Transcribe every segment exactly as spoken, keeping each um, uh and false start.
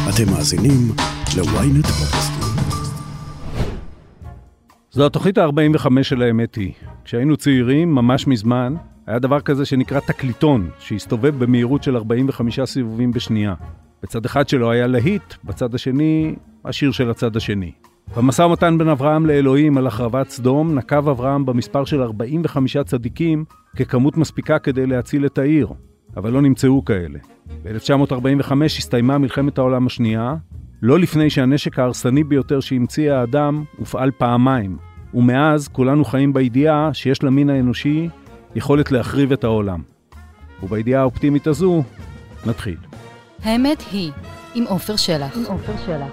אתם מאזינים ל-ynet פודקאסטים. זו התוכנית ה-ארבעים וחמש של האמת היא. כשהיינו צעירים, ממש מזמן, היה דבר כזה שנקרא תקליטון, שהסתובב במהירות של ארבעים וחמישה סיבובים בשנייה. בצד אחד שלו היה להיט, בצד השני, השיר של הצד השני. במשא ומתן בין אברהם לאלוהים על החרבת סדום, נקב אברהם במספר של ארבעים וחמישה צדיקים ככמות מספיקה כדי להציל את העיר. אבל לא נמצאו כאלה. ב-אלף תשע מאות ארבעים וחמש הסתיימה מלחמת העולם השנייה, לא לפני שהנשק ההרסני ביותר שהמציא האדם הופעל פעמיים, ומאז כולנו חיים בידיעה שיש למין האנושי יכולת להחריב את העולם. ובידיעה האופטימית הזו, נתחיל. האמת היא, עם עופר שלח. עם עופר שלח.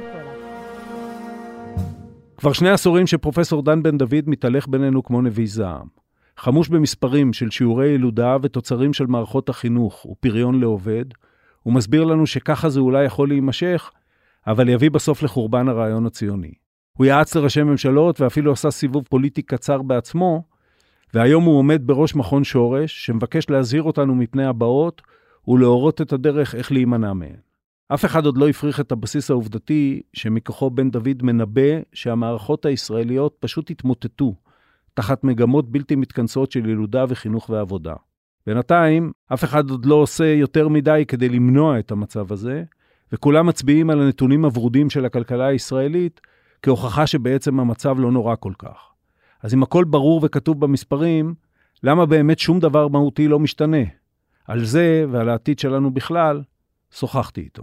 כבר שני עשורים שפרופסור דן בן דוד מתהלך בינינו כמו נביא זעם. חמוש במספרים של שיעורי ילודה ותוצרים של מערכות החינוך ופריון לעובד, הוא מסביר לנו שככה זה אולי יכול להימשך, אבל יביא בסוף לחורבן הרעיון הציוני. הוא יעץ לראשי ממשלות ואפילו עשה סיבוב פוליטי קצר בעצמו, והיום הוא עומד בראש מכון שורש שמבקש להזהיר אותנו מפני הבאות ולהורות את הדרך איך להימנע מהן. אף אחד עוד לא הפריך את הבסיס העובדתי שמכוחו בן דוד מנבא שהמערכות הישראליות פשוט התמוטטו, תחת מגמות בלתי מתכנסות של ילודה וחינוך ועבודה. בינתיים, אף אחד עוד לא עושה יותר מדי כדי למנוע את המצב הזה, וכולם מצביעים על הנתונים הוורודים של הכלכלה הישראלית, כהוכחה שבעצם המצב לא נורא כל כך. אז אם הכל ברור וכתוב במספרים, למה באמת שום דבר מהותי לא משתנה? על זה ועל העתיד שלנו בכלל, שוחחתי איתו.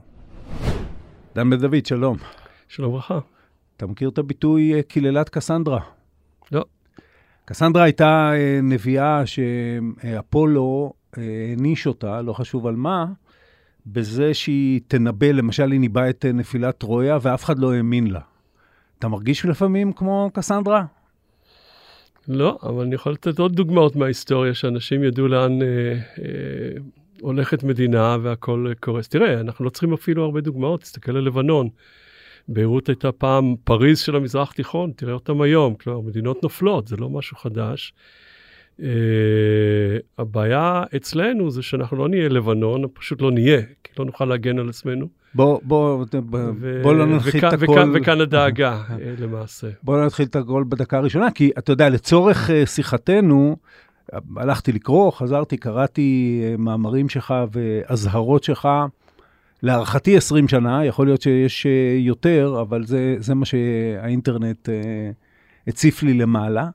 דן בן דוד, שלום. שלום ברכה. אתה מכיר את הביטוי קיללת קסנדרה? לא. קסנדרה הייתה נביאה שאפולו העניש אותה, לא חשוב על מה, בזה שהיא תנבא, למשל היא ניבאה את נפילת טרויה, ואף אחד לא האמין לה. אתה מרגיש לפעמים כמו קסנדרה? לא, אבל אני יכול לתת עוד דוגמאות מההיסטוריה, שאנשים ידעו לאן אה, אה, הולכת מדינה והכל קורס. תראה, אנחנו לא צריכים אפילו הרבה דוגמאות, תסתכל על לבנון. ביירות הייתה פעם פריז של המזרח תיכון, תראה אותם היום, כלומר, מדינות נופלות, זה לא משהו חדש. Uh, הבעיה אצלנו זה שאנחנו לא נהיה לבנון, פשוט לא נהיה, כי לא נוכל להגן על עצמנו. בוא, בוא, ו- בוא לא נתחיל את הכל. וכאן, וכאן הדאגה, למעשה. בוא לא נתחיל את הכל בדקה הראשונה, כי אתה יודע, לצורך שיחתנו, הלכתי לקרוא, חזרתי, קראתי מאמרים שלך והזהרות שלך, להערכתי עשרים שנה, יכול להיות שיש יותר, אבל זה, זה מה שהאינטרנט הציף לי למעלה.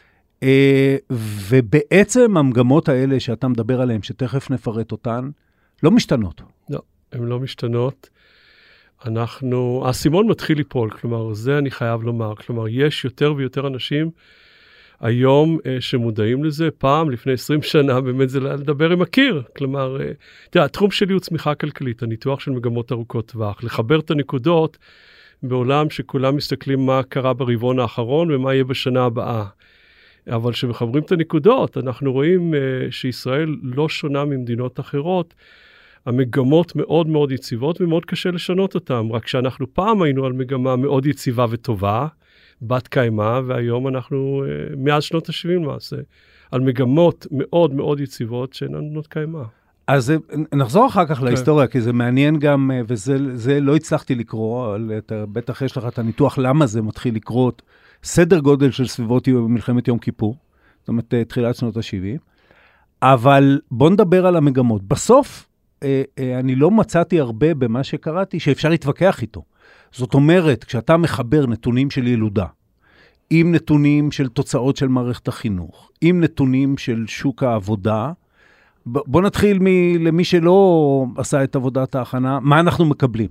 ובעצם המגמות האלה שאתה מדבר עליהן, שתכף נפרט אותן, לא משתנות. לא, הן לא משתנות. אנחנו, הסימון מתחיל ליפול, כלומר, זה אני חייב לומר. כלומר, יש יותר ויותר אנשים היום שמודעים לזה. פעם, לפני עשרים שנה, באמת זה לדבר עם הקיר. כלומר, תראה, התחום שלי הוא צמיחה כלכלית, הניתוח של מגמות ארוכות טווח, לחבר את הנקודות בעולם שכולם מסתכלים מה קרה ברבעון האחרון ומה יהיה בשנה הבאה. אבל כשמחברים את הנקודות, אנחנו רואים uh, שישראל לא שונה ממדינות אחרות, המגמות מאוד מאוד יציבות ומאוד קשה לשנות אותן, רק שאנחנו פעם היינו על מגמה מאוד יציבה וטובה, בת קיימה, והיום אנחנו, uh, מאז שנות ה-שבעים למעשה, על מגמות מאוד מאוד יציבות שאינן בנות קיימה. אז נחזור אחר כך להיסטוריה, כי זה מעניין גם, וזה זה לא הצלחתי לקרוא, אבל אתה, בטח יש לך את הניתוח למה זה מתחיל לקרות, סדר גודל של סביבות מלחמת יום כיפור, זאת אומרת, תחילת שנות ה-שבעים, אבל בוא נדבר על המגמות. בסוף, אני לא מצאתי הרבה במה שקראתי, שאפשר להתווכח איתו. זאת אומרת, כשאתה מחבר נתונים של ילודה, עם נתונים של תוצאות של מערכת החינוך, עם נתונים של שוק העבודה, בוא נתחיל מ- למי שלא עשה את עבודת ההכנה, מה אנחנו מקבלים?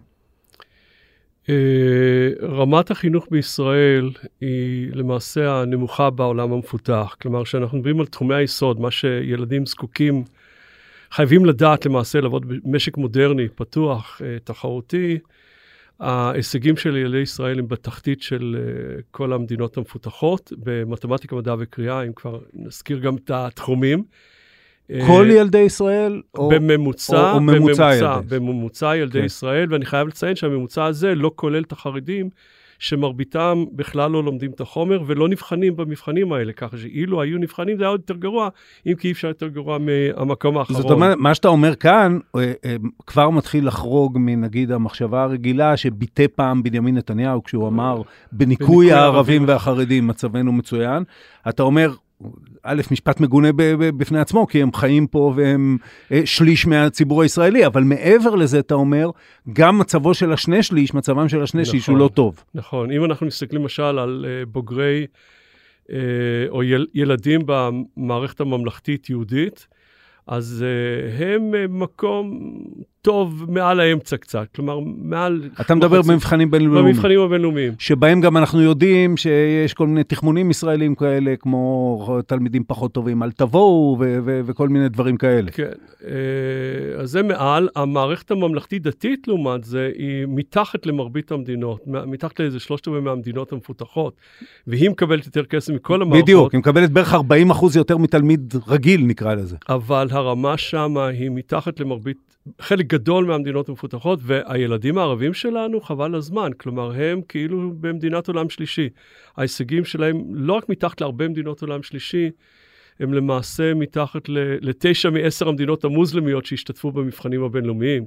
רמת החינוך בישראל היא למעשה הנמוכה בעולם המפותח. כלומר, שאנחנו מדברים על תחומי היסוד, מה שילדים זקוקים, חייבים לדעת למעשה לעבוד במשק מודרני, פתוח, תחרותי. ההישגים של ילדי ישראל הם בתחתית של כל המדינות המפותחות, במתמטיקה, מדע וקריאה, אם כבר נזכיר גם את התחומים. כל ילדי ישראל? בממוצע, או, או ממוצע בממוצע, ילדי? בממוצע ילדי כן. ישראל, ואני חייב לציין שהממוצע הזה לא כולל את החרדים, שמרביתם בכלל לא לומדים את החומר, ולא נבחנים במבחנים האלה, ככה שאילו היו נבחנים, זה היה עוד יותר גרוע, אם כי אי אפשר יותר גרוע מהמקום האחרון. זאת אומרת, מה שאתה אומר כאן, כבר מתחיל לחרוג מנגיד המחשבה הרגילה, שביטא פעם בנימין נתניהו, כשהוא אמר, בניקוי הערבים והחרדים, מצבנו מצוין. אתה אומר, א', משפט מגונה בפני עצמו, כי הם חיים פה והם שליש מהציבור הישראלי, אבל מעבר לזה אתה אומר, גם מצבו של השני שליש, מצבם של השני שליש הוא לא טוב. נכון, אם אנחנו מסתכלים למשל על בוגרי או ילדים במערכת הממלכתית יהודית, אז הם מקום טוב מעל האמצע קצת, כלומר מעל... אתה מדבר במבחנים בינלאומיים. במבחנים הבינלאומיים. שבהם גם אנחנו יודעים שיש כל מיני תחמונים ישראלים כאלה, כמו תלמידים פחות טובים, אל תבואו ו- ו- וכל מיני דברים כאלה. כן, אז זה מעל. המערכת הממלכתית דתית לעומת זה, היא מתחת למרבית המדינות, מתחת לאיזה שלושת רבעי מהמדינות המפותחות, והיא מקבלת יותר כסף מכל המערכות. בדיוק, היא מקבלת בערך ארבעים אחוז יותר מתלמיד רגיל, נקרא לזה. אבל הרמה שמה היא מתחת למרבית, חלק גדול מהמדינות המפותחות, והילדים הערבים שלנו חבל הזמן, כלומר הם כאילו במדינת עולם שלישי. ההישגים שלהם לא רק מתחת להרבה מדינות עולם שלישי, הם למעשה מתחת לתשע מעשר המדינות המוסלמיות שהשתתפו במבחנים הבינלאומיים.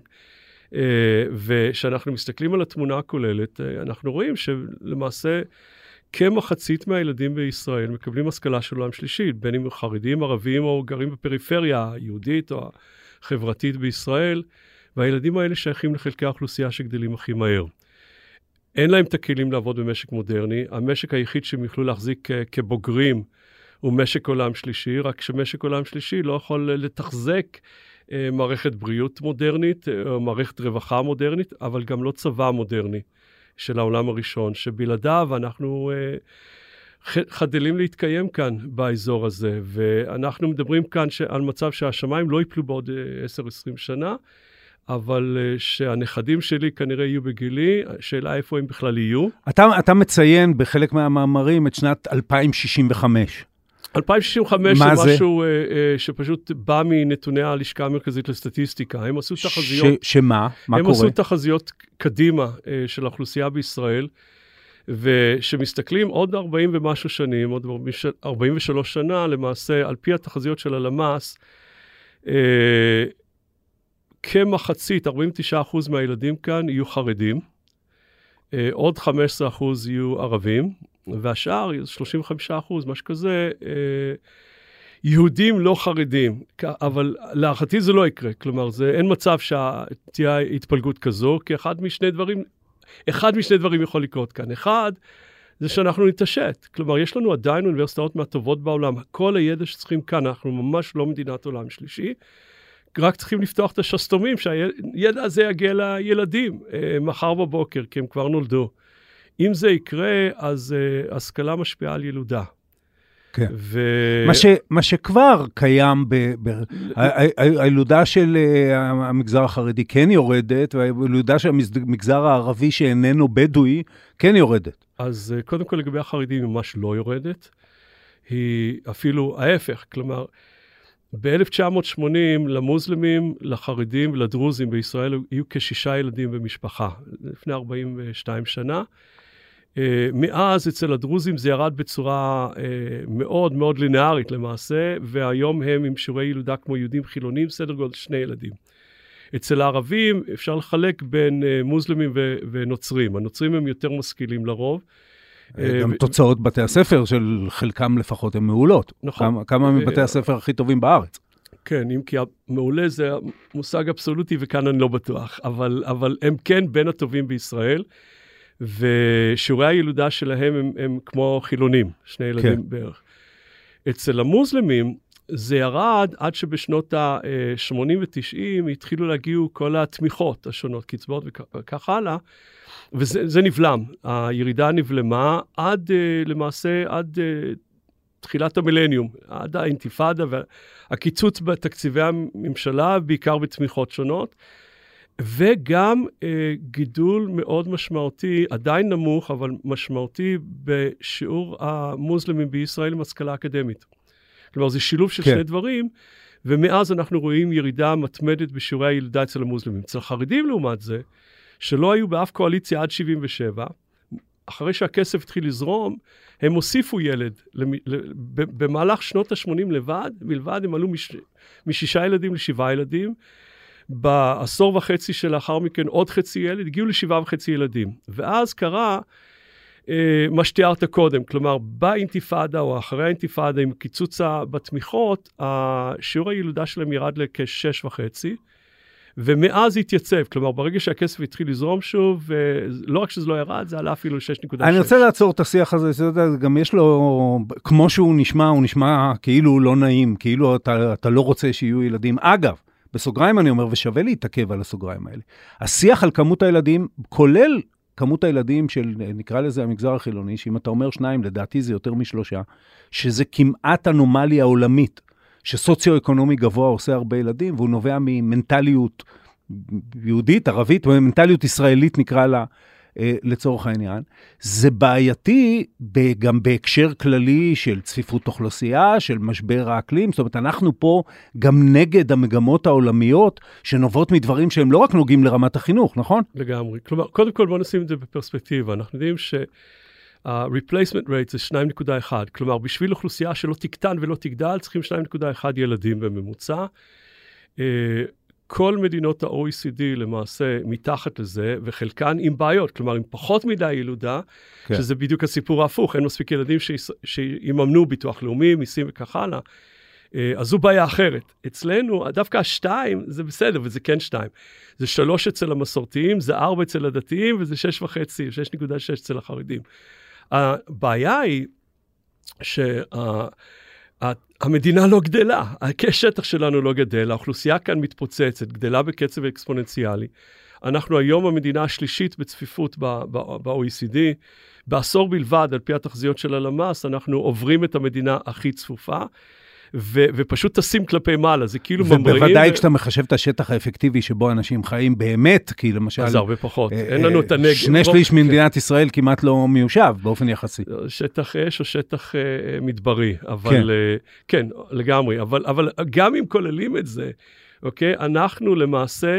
ושאנחנו מסתכלים על התמונה הכוללת, אנחנו רואים שלמעשה כמחצית מהילדים בישראל מקבלים השכלה של עולם שלישי, בין אם חרדים, ערבים או גרים בפריפריה היהודית או חברתית בישראל, והילדים האלה שייכים לחלקי האוכלוסייה שגדלים הכי מהר. אין להם את הכלים לעבוד במשק מודרני, המשק היחיד שהם יוכלו להחזיק כבוגרים הוא משק עולם שלישי, רק שמשק עולם שלישי לא יכול לתחזק מערכת בריאות מודרנית, או מערכת רווחה מודרנית, אבל גם לא צבא מודרני של העולם הראשון, שבלעדיו אנחנו חדלים להתקיים כאן באזור הזה, ואנחנו מדברים כאן על מצב שהשמיים לא ייפלו בעוד עשר עשרים שנה, אבל שהנכדים שלי כנראה יהיו בגילי, שאלה איפה הם בכלל יהיו. אתה, אתה מציין בחלק מהמאמרים את שנת אלפיים שישים וחמש. אלפיים שישים וחמש זה משהו שפשוט בא מנתוני הלשכה המרכזית לסטטיסטיקה. הם עשו תחזיות. ש, שמה? מה הם קורה? עשו תחזיות קדימה של האוכלוסייה בישראל, ושמסתכלים עוד ארבעים ומשהו שנים, עוד ארבעים ושלוש שנה, למעשה, על פי התחזיות של הלמ"ס, כמחצית, ארבעים ותשעה אחוז מהילדים כאן יהיו חרדים, עוד חמישה עשר אחוז יהיו ערבים, והשאר, שלושים וחמישה אחוז, משהו כזה, יהודים לא חרדים, אבל להערכתי זה לא יקרה, כלומר, זה, אין מצב שתהיה התפלגות כזו, כי אחד משני דברים, אחד משני דברים יכול לקרות כאן. אחד, זה שאנחנו נתעשת, כלומר, יש לנו עדיין אוניברסיטאות מהטובות בעולם, כל הידע שצריכים כאן, אנחנו ממש לא מדינת עולם שלישי, רק צריכים לפתוח את השסתומים, שהידע הזה יגיע לילדים מחר בבוקר, כי הם כבר נולדו. אם זה יקרה, אז uh, השכלה משפיעה על ילודה. כן. ו... מה, ש, מה שכבר קיים, ב, ב, ה, ה, הילודה של uh, המגזר החרדי כן יורדת, והילודה של המגזר הערבי שאיננו בדואי כן יורדת. אז uh, קודם כל לגבי החרדים היא ממש לא יורדת. היא אפילו ההפך, כלומר, ב-אלף תשע מאות שמונים למוסלמים, לחרדים ולדרוזים בישראל היו כשישה ילדים במשפחה, לפני ארבעים ושתיים שנה. Uh, מאז אצל הדרוזים זה ירד בצורה uh, מאוד מאוד לינארית למעשה, והיום הם עם שיעורי ילודה כמו יהודים חילונים, סדר גודל שני ילדים. אצל הערבים אפשר לחלק בין uh, מוסלמים ו- ונוצרים. הנוצרים הם יותר משכילים לרוב. גם uh, תוצאות ו- בתי הספר של חלקם לפחות הן מעולות. נכון. כמה, כמה מבתי הספר הכי טובים בארץ. כן, אם כי המעולה זה מושג אבסולוטי, וכאן אני לא בטוח, אבל, אבל הם כן בין הטובים בישראל. ושיעורי הילודה שלהם הם, הם כמו חילונים, שני ילדים כן. בערך. אצל המוסלמים זה ירד עד שבשנות ה-שמונים ו-תשעים התחילו להגיעו כל התמיכות השונות, קצבאות וכך הלאה, וזה נבלם. הירידה נבלמה עד למעשה, עד תחילת המילניום, עד האינתיפאדה והקיצוץ בתקציבי הממשלה, בעיקר בתמיכות שונות, וגם אה, גידול מאוד משמעותי, עדיין נמוך, אבל משמעותי בשיעור המוסלמים בישראל עם השכלה אקדמית. כלומר, זה שילוב של כן. שני דברים, ומאז אנחנו רואים ירידה מתמדת בשיעורי הילודה אצל המוסלמים. אצל החרדים לעומת זה, שלא היו באף קואליציה עד שבעים ושבע, אחרי שהכסף התחיל לזרום, הם הוסיפו ילד. במהלך שנות ה-שמונים לבד, מלבד הם עלו מש, משישה ילדים לשבעה ילדים. בעשור וחצי שלאחר מכן עוד חצי ילד, הגיעו לשבעה וחצי ילדים. ואז קרה אה, מה שתיארת קודם, כלומר, באינתיפאדה או אחרי האינתיפאדה, עם קיצוץ בתמיכות, השיעור הילודה שלהם ירד לכשש וחצי, ומאז התייצב, כלומר, ברגע שהכסף התחיל לזרום שוב, לא רק שזה לא ירד, זה עלה אפילו שש נקודה שש. אני רוצה לעצור את השיח הזה, גם יש לו, כמו שהוא נשמע, הוא נשמע כאילו לא נעים, כאילו אתה, אתה לא רוצה שיהיו ילדים. אגב, בסוגריים אני אומר, ושווה להתעכב על הסוגריים האלה. השיח על כמות הילדים, כולל כמות הילדים של, נקרא לזה המגזר החילוני, שאם אתה אומר שניים, לדעתי זה יותר משלושה, שזה כמעט אנומליה עולמית, שסוציו-אקונומי גבוה עושה הרבה ילדים, והוא נובע ממנטליות יהודית, ערבית, ומנטליות ישראלית נקרא לה, לצורך העניין. זה בעייתי גם בהקשר כללי של צפיפות אוכלוסייה, של משבר האקלים, זאת אומרת, אנחנו פה גם נגד המגמות העולמיות, שנובעות מדברים שהם לא רק נוגעים לרמת החינוך, נכון? לגמרי. כלומר, קודם כל בוא נשים את זה בפרספקטיבה. אנחנו יודעים ש... ה-replacement rate זה שתיים נקודה אחת, כלומר, בשביל אוכלוסייה שלא תקטן ולא תגדל, צריכים שתיים נקודה אחת ילדים בממוצע. כל מדינות ה-או אי סי די למעשה מתחת לזה, וחלקן עם בעיות, כלומר, עם פחות מדי ילודה, כן. שזה בדיוק הסיפור ההפוך, אין מספיק ילדים שיממנו ביטוח לאומי, מיסים וכך הלאה. אז זו בעיה אחרת. אצלנו, דווקא השתיים, זה בסדר, וזה כן שתיים. זה שלוש אצל המסורתיים, זה ארבע אצל הדתיים, וזה שש וחצי, שש נקודה שש אצל החרדים. הבעיה היא שהמדינה לא גדלה, השטח שלנו לא גדל, האוכלוסייה כאן מתפוצצת, גדלה בקצב אקספוננציאלי. אנחנו היום המדינה השלישית בצפיפות ב-או אי סי די, בעשור בלבד, על פי התחזיות של הלמ"ס, אנחנו עוברים את המדינה הכי צפופה, ו- ופשוט תשים כלפי מעלה, זה כאילו ממריאים. ובוודאי כשאתה מחשב את השטח האפקטיבי שבו אנשים חיים באמת, כי למשל... אז הרבה פחות, אין לנו את הנגב. שני שליש ממדינת ישראל כמעט לא מיושב, באופן יחסי. שטח אש או שטח מדברי, אבל כן, לגמרי, אבל גם אם כוללים את זה, אוקיי, אנחנו למעשה,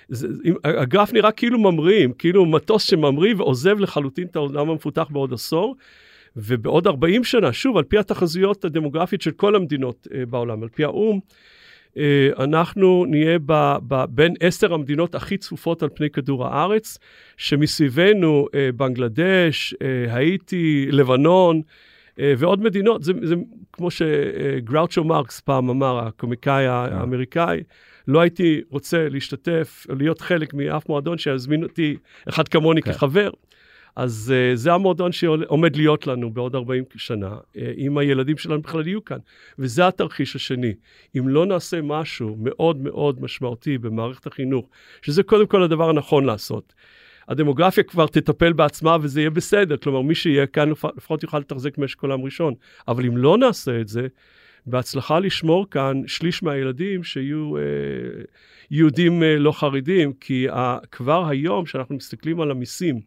הגרף נראה כאילו ממריאים, כאילו מטוס שממריא ועוזב לחלוטין את העולם המפותח בעוד עשור, ובעוד ארבעים שנה, שוב, על פי התחזיות הדמוגרפית של כל המדינות אה, בעולם, על פי האום, אה, אנחנו נהיה ב, ב, בין עשר המדינות הכי צפופות על פני כדור הארץ, שמסביבנו אה, בנגלדש, אה, האיטי, לבנון, אה, ועוד מדינות. זה, זה כמו שגראוצ'ו מרקס פעם אמר, הקומיקאי האמריקאי, לא הייתי רוצה להשתתף, להיות חלק מאף מועדון שיזמין אותי אחד כמוני כן. כחבר. אז uh, זה המועדון שעומד להיות לנו בעוד ארבעים שנה, uh, אם הילדים שלנו בכלל יהיו כאן. וזה התרחיש השני. אם לא נעשה משהו מאוד מאוד משמעותי במערכת החינוך, שזה קודם כל הדבר הנכון לעשות. הדמוגרפיה כבר תטפל בעצמה וזה יהיה בסדר. כלומר, מי שיהיה כאן לפחות יוכל לתחזק משק עולם ראשון. אבל אם לא נעשה את זה, בהצלחה לשמור כאן שליש מהילדים שיהיו uh, יהודים uh, לא חרדים, כי uh, כבר היום שאנחנו מסתכלים על המיסים,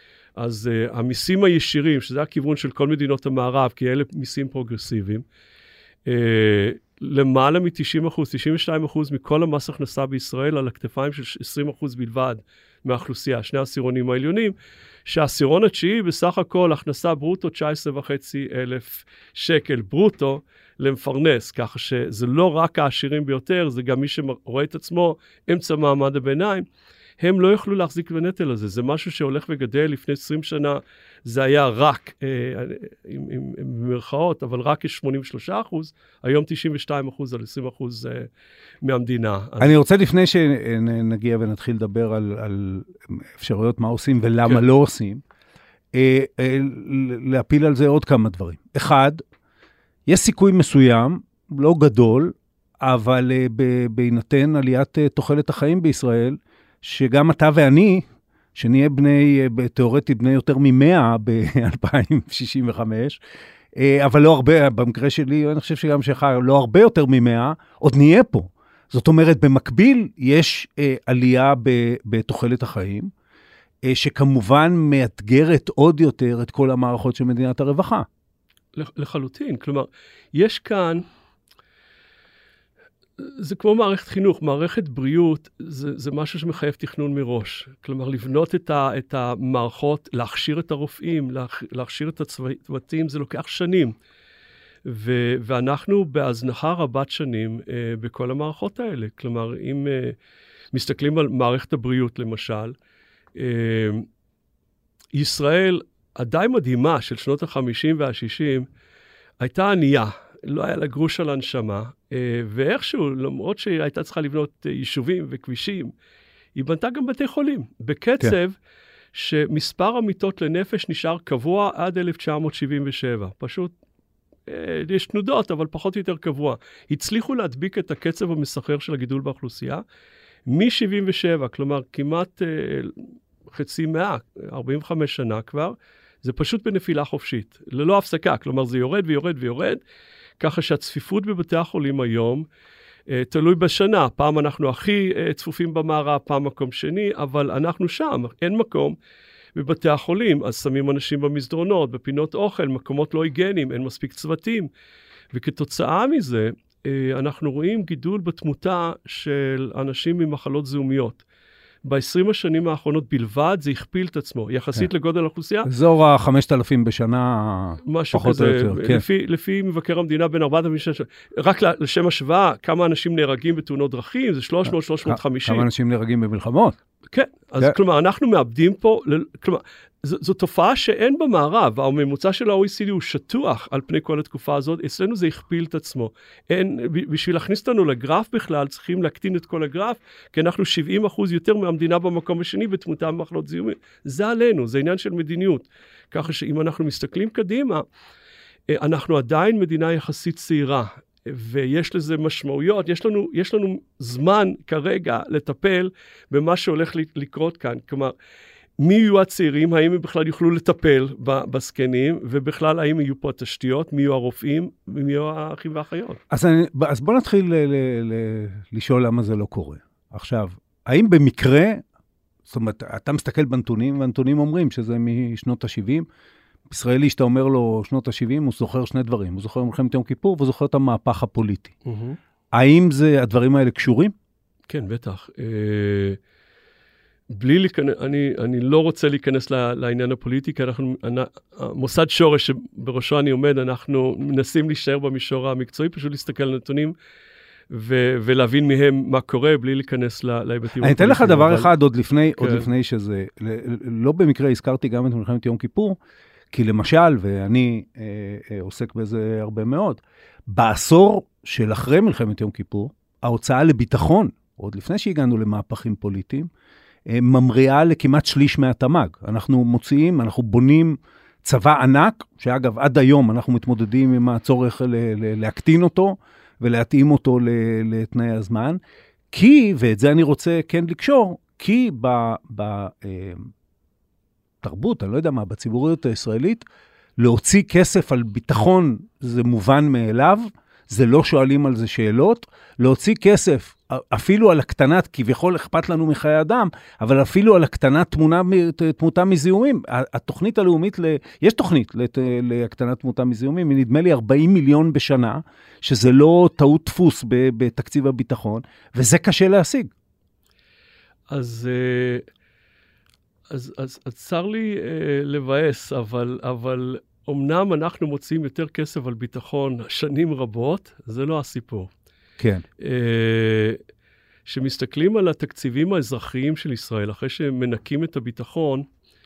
אז uh, המיסים הישירים, שזה הכיוון של כל מדינות המערב, כי אלה מיסים פרוגרסיביים, uh, למעלה מ-תשעים אחוז, תשעים ושתיים אחוז מכל המס הכנסה בישראל, על הכתפיים של עשרים אחוז בלבד מהאוכלוסייה, שני העשירונים העליונים, שהעשירון התשיעי בסך הכל הכנסה ברוטו תשע עשרה וחצי אלף שקל ברוטו למפרנס, ככה שזה לא רק העשירים ביותר, זה גם מי שרואה את עצמו אמצע מעמד הביניים, הם לא יוכלו להחזיק בנטל הזה. זה משהו שהולך וגדל. לפני עשרים שנה זה היה רק, אה, עם, עם, עם מרכאות, אבל רק שמונים ושלושה אחוז, היום תשעים ושתיים אחוז על עשרים אחוז אה, מהמדינה. אני רוצה לפני שנגיע ונתחיל לדבר על, על אפשרויות מה עושים ולמה כן. לא עושים, אה, אה, להפיל על זה עוד כמה דברים. אחד, יש סיכוי מסוים, לא גדול, אבל אה, בהינתן עליית אה, תוחלת החיים בישראל, שגם אתה ואני, שנהיה בני, תיאורטית בני יותר ממאה ב-אלפיים שישים וחמש, אבל לא הרבה, במקרה שלי, אני חושב שגם שלך, לא הרבה יותר ממאה, עוד נהיה פה. זאת אומרת, במקביל יש עלייה בתוחלת החיים, שכמובן מאתגרת עוד יותר את כל המערכות של מדינת הרווחה. לחלוטין, כלומר, יש כאן, זה כמו מערכת חינוך, מערכת בריאות, זה, זה משהו שמחייב תכנון מראש. כלומר, לבנות את, ה, את המערכות, להכשיר את הרופאים, להכ, להכשיר את הצוותים, זה לוקח שנים. ו, ואנחנו בהזנחה רבת שנים אה, בכל המערכות האלה. כלומר, אם אה, מסתכלים על מערכת הבריאות, למשל, אה, ישראל, הדי מדהימה של שנות ה-חמישים וה-שישים, הייתה ענייה. לא היה לה גרוש על הנשמה, ואיכשהו, למרות שהיא הייתה צריכה לבנות יישובים וכבישים, היא בנתה גם בתי חולים, בקצב כן. שמספר המיטות לנפש נשאר קבוע עד אלף תשע מאות שבעים ושבע. פשוט, יש תנודות, אבל פחות או יותר קבוע. הצליחו להדביק את הקצב המסחרר של הגידול באוכלוסייה, מ-שבעים ושבע, כלומר, כמעט חצי מאה, ארבעים וחמש שנה כבר, זה פשוט בנפילה חופשית, ללא הפסקה, כלומר, זה יורד ויורד ויורד, ככה שהצפיפות בבתי החולים היום, תלוי בשנה, פעם אנחנו הכי צפופים במערב, פעם מקום שני, אבל אנחנו שם, אין מקום בבתי החולים, אז שמים אנשים במסדרונות, בפינות אוכל, מקומות לא היגיינים, אין מספיק צוותים, וכתוצאה מזה, אנחנו רואים גידול בתמותה של אנשים ממחלות זיהומיות. ב-עשרים השנים האחרונות בלבד, זה הכפיל את עצמו, יחסית לגודל האוכלוסייה. אזור ה-חמשת אלפים בשנה, פחות או יותר. לפי מבקר המדינה בין ארבעת אלפים שנה, רק לשם השוואה, כמה אנשים נהרגים בתאונות דרכים, זה שלוש מאות שלוש מאות וחמישים. כמה אנשים נהרגים במלחמות? כן, אז כלומר, אנחנו מאבדים פה, כלומר, זו תופעה שאין במערב, הממוצע של ה-או אי סי די הוא שטוח על פני כל התקופה הזאת, אצלנו זה הכפיל את עצמו. אין, בשביל להכניס אותנו לגרף בכלל, צריכים להקטין את כל הגרף, כי אנחנו שבעים אחוז יותר מהמדינה במקום השני, בתמותה במחלות זיהומים. זה עלינו, זה עניין של מדיניות. ככה שאם אנחנו מסתכלים קדימה, אנחנו עדיין מדינה יחסית צעירה, ויש לזה משמעויות, יש לנו, יש לנו זמן כרגע לטפל במה שהולך לקרות כאן. כלומר, מי יהיו הצעירים, האם הם בכלל יוכלו לטפל בסקנים, ובכלל האם יהיו פה התשתיות, מי יהיו הרופאים, ומי יהיו האחים והאחיות. אז, אני, אז בוא נתחיל ל, ל, ל, לשאול למה זה לא קורה. עכשיו, האם במקרה, זאת אומרת, אתה מסתכל בנתונים, והנתונים אומרים שזה משנות ה-שבעים, ישראלי שאתה אומר לו שנות ה-שבעים, הוא זוכר שני דברים, הוא זוכר מלחמת יום כיפור, והוא זוכר את המהפך הפוליטי. Mm-hmm. האם זה, הדברים האלה קשורים? כן, בטח. אה... בלי להיכנס, אני, אני לא רוצה להיכנס לעניין הפוליטי, כי אנחנו, המוסד שורש שבראשו אני עומד, אנחנו מנסים להישאר במישור המקצועי, פשוט להסתכל על נתונים, ו, ולהבין מהם מה קורה, בלי להיכנס להיבטים הפוליטיים. אני אתן לך דבר אחד עוד לפני, עוד לפני שזה, לא במקרה הזכרתי גם את מלחמת יום כיפור, כי למשל, ואני עוסק בזה הרבה מאוד, בעשור של אחרי מלחמת יום כיפור, ההוצאה לביטחון, עוד לפני שהגענו למהפכים פוליטיים, ממריאה לכמעט שליש מהתמ"ג. אנחנו מוציאים, אנחנו בונים צבא ענק, שאגב, עד היום אנחנו מתמודדים עם הצורך להקטין אותו, ולהתאים אותו לתנאי הזמן, כי, ואת זה אני רוצה כן לקשור, כי בתרבות, אני לא יודע מה, בציבוריות הישראלית, להוציא כסף על ביטחון זה מובן מאליו, זה לא שואלים על זה שאלות, להוציא כסף, אפילו על הקטנת, כביכול אכפת לנו מחיי אדם, אבל אפילו על הקטנת תמונה, תמותה מזיהומים. התוכנית הלאומית, ל... יש תוכנית להקטנת תמותה מזיהומים, נדמה לי ארבעים מיליון בשנה, שזה לא טעות דפוס בתקציב הביטחון, וזה קשה להשיג. אז, אז, אז, אז צר לי לבאס, אבל, אבל אמנם אנחנו מוצאים יותר כסף על ביטחון שנים רבות, זה לא הסיפור. כן. שמסתכלים על התקציבים האזרחיים של ישראל, אחרי שהם מנקים את הביטחון,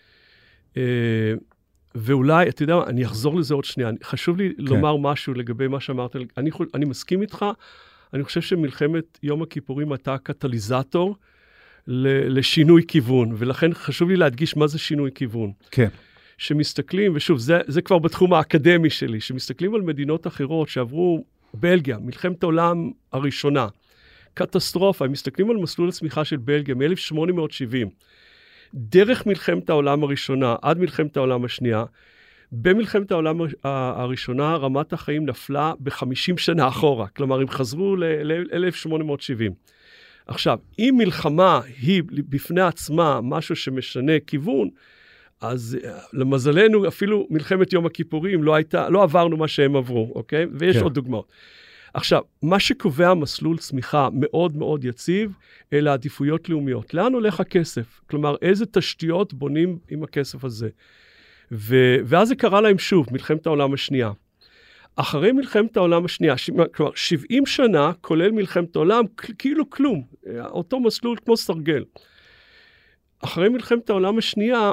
ואולי, אתה יודע, אני אחזור לזה עוד שנייה, חשוב לי כן. לומר משהו לגבי מה שאמרת, אני, אני מסכים איתך, אני חושב שמלחמת יום הכיפורים הייתה קטליזטור לשינוי כיוון, ולכן חשוב לי להדגיש מה זה שינוי כיוון. כן. שמסתכלים, ושוב, זה, זה כבר בתחום האקדמי שלי, שמסתכלים על מדינות אחרות שעברו בלגיה, מלחמת העולם הראשונה, קטסטרופה, הם מסתכלים על מסלול הצמיחה של בלגיה מ-אלף שמונה מאות שבעים, דרך מלחמת העולם הראשונה עד מלחמת העולם השנייה, במלחמת העולם הראשונה רמת החיים נפלה ב-חמישים שנה אחורה, כלומר הם חזרו ל-אלף שמונה מאות שבעים. עכשיו, אם מלחמה היא בפני עצמה משהו שמשנה כיוון, אז למזלנו אפילו מלחמת יום הכיפורים לא הייתה, לא עברנו מה שהם עברו, אוקיי? ויש כן. עוד דוגמאות. עכשיו, מה שקובע מסלול צמיחה מאוד מאוד יציב, אלה עדיפויות לאומיות. לאן הולך הכסף? כלומר, איזה תשתיות בונים עם הכסף הזה? ו- ואז זה קרה להם שוב, מלחמת העולם השנייה. אחרי מלחמת העולם השנייה, ש- כלומר, שבעים שנה, כולל מלחמת העולם, כאילו כלום. אותו מסלול כמו סרגל. אחרי מלחמת העולם השנייה,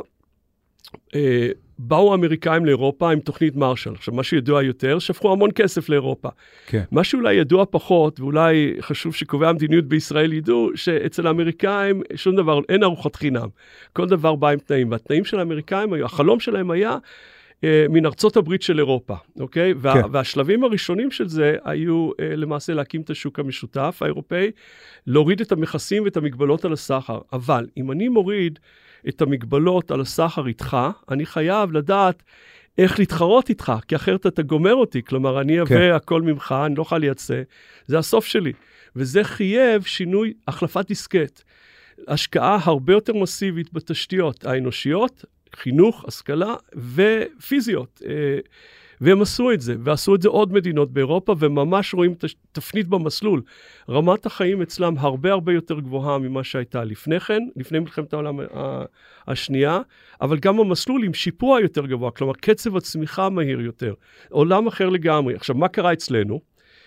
אה, באו האמריקאים לאירופה עם תוכנית מרשל. עכשיו, מה שידוע יותר, שפכו המון כסף לאירופה. כן. מה שאולי ידוע פחות, ואולי חשוב שקובעי המדיניות בישראל ידעו, שאצל האמריקאים שום דבר, אין ארוחת חינם. כל דבר בא עם תנאים. והתנאים של האמריקאים, החלום שלהם היה אה, מן ארצות הברית של אירופה, אוקיי? וה, כן. והשלבים הראשונים של זה היו אה, למעשה להקים את השוק המשותף האירופאי, להוריד את המכסים ואת המגבלות על הסחר. אבל אם אני מוריד את המגבלות על הסחר איתך, אני חייב לדעת איך להתחרות איתך, כי אחרת אתה גומר אותי, כלומר, אני אביא כן. הכל ממך, אני לא יכול לייצא, זה הסוף שלי. וזה חייב שינוי, החלפת דיסקט. השקעה הרבה יותר מסיבית בתשתיות האנושיות, חינוך, השכלה ופיזיות. והם עשו את זה, ועשו את זה עוד מדינות באירופה, וממש רואים תפנית במסלול. רמת החיים אצלם הרבה הרבה יותר גבוהה ממה שהייתה לפני כן, לפני מלחמת העולם השנייה, אבל גם המסלול עם שיפוע יותר גבוה, כלומר קצב הצמיחה מהיר יותר, עולם אחר לגמרי. עכשיו, מה קרה אצלנו?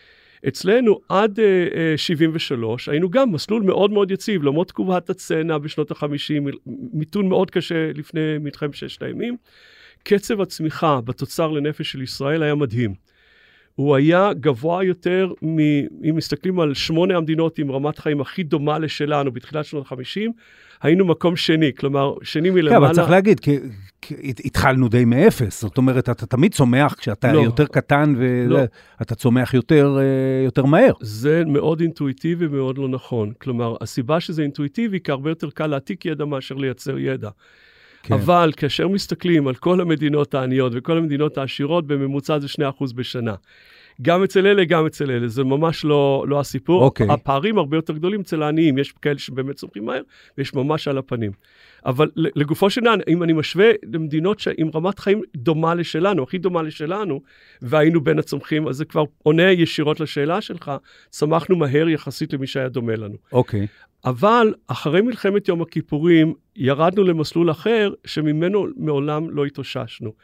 אצלנו עד uh, uh, שבעים ושלוש היינו גם מסלול מאוד מאוד יציב, למרות תקופת הצנע בשנות ה-חמישים, מיתון מאוד קשה לפני מלחמת ששת הימים, קצב הצמיחה בתוצר לנפש של ישראל היה מדהים. הוא היה גבוה יותר, מ, אם מסתכלים על שמונה המדינות עם רמת חיים הכי דומה לשלנו בתחילת שנות ה-חמישים, היינו מקום שני, כלומר, שני מלמעלה. כן, אבל צריך להגיד, כי, כי התחלנו די מאפס, זאת אומרת, אתה תמיד צומח כשאתה לא, יותר קטן, ואתה לא. צומח יותר, יותר מהר. זה מאוד אינטואיטיבי ומאוד לא נכון. כלומר, הסיבה שזה אינטואיטיבי, כי הרבה יותר קל להעתיק ידע מאשר לייצר ידע. כן. אבל כאשר מסתכלים על כל המדינות העניות וכל המדינות העשירות, בממוצע זה שני אחוז בשנה. גם אצל אלה, גם אצל אלה. זה ממש לא, לא הסיפור. אוקיי. הפערים הרבה יותר גדולים אצל העניים. יש כאלה שבאמת צומחים מהר, ויש ממש על הפנים. אבל לגופו של עניין, אם אני משווה למדינות עם רמת חיים דומה לשלנו, הכי דומה לשלנו, והיינו בין הצומחים, אז זה כבר עונה ישירות לשאלה שלך, צמחנו מהר יחסית למי שהיה דומה לנו. אוקיי. אבל אחרי מלחמת יום הכיפורים, ירדנו למסלול אחר, שממנו מעולם לא התאוששנו.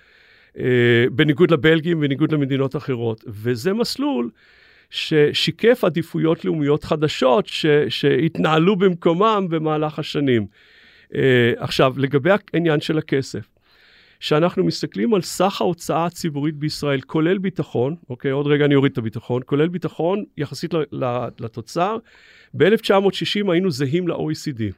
בניגוד לבלגים, בניגוד למדינות אחרות. וזה מסלול ששיקף עדיפויות לאומיות חדשות, ש, שהתנהלו במקומם במהלך השנים. עכשיו, לגבי העניין של הכסף, שאנחנו מסתכלים על סך ההוצאה הציבורית בישראל, כולל ביטחון, אוקיי, עוד רגע אני אוריד את הביטחון, כולל ביטחון יחסית לתוצר, ב-אלף תשע מאות שישים היינו זהים ל-או אי סי די.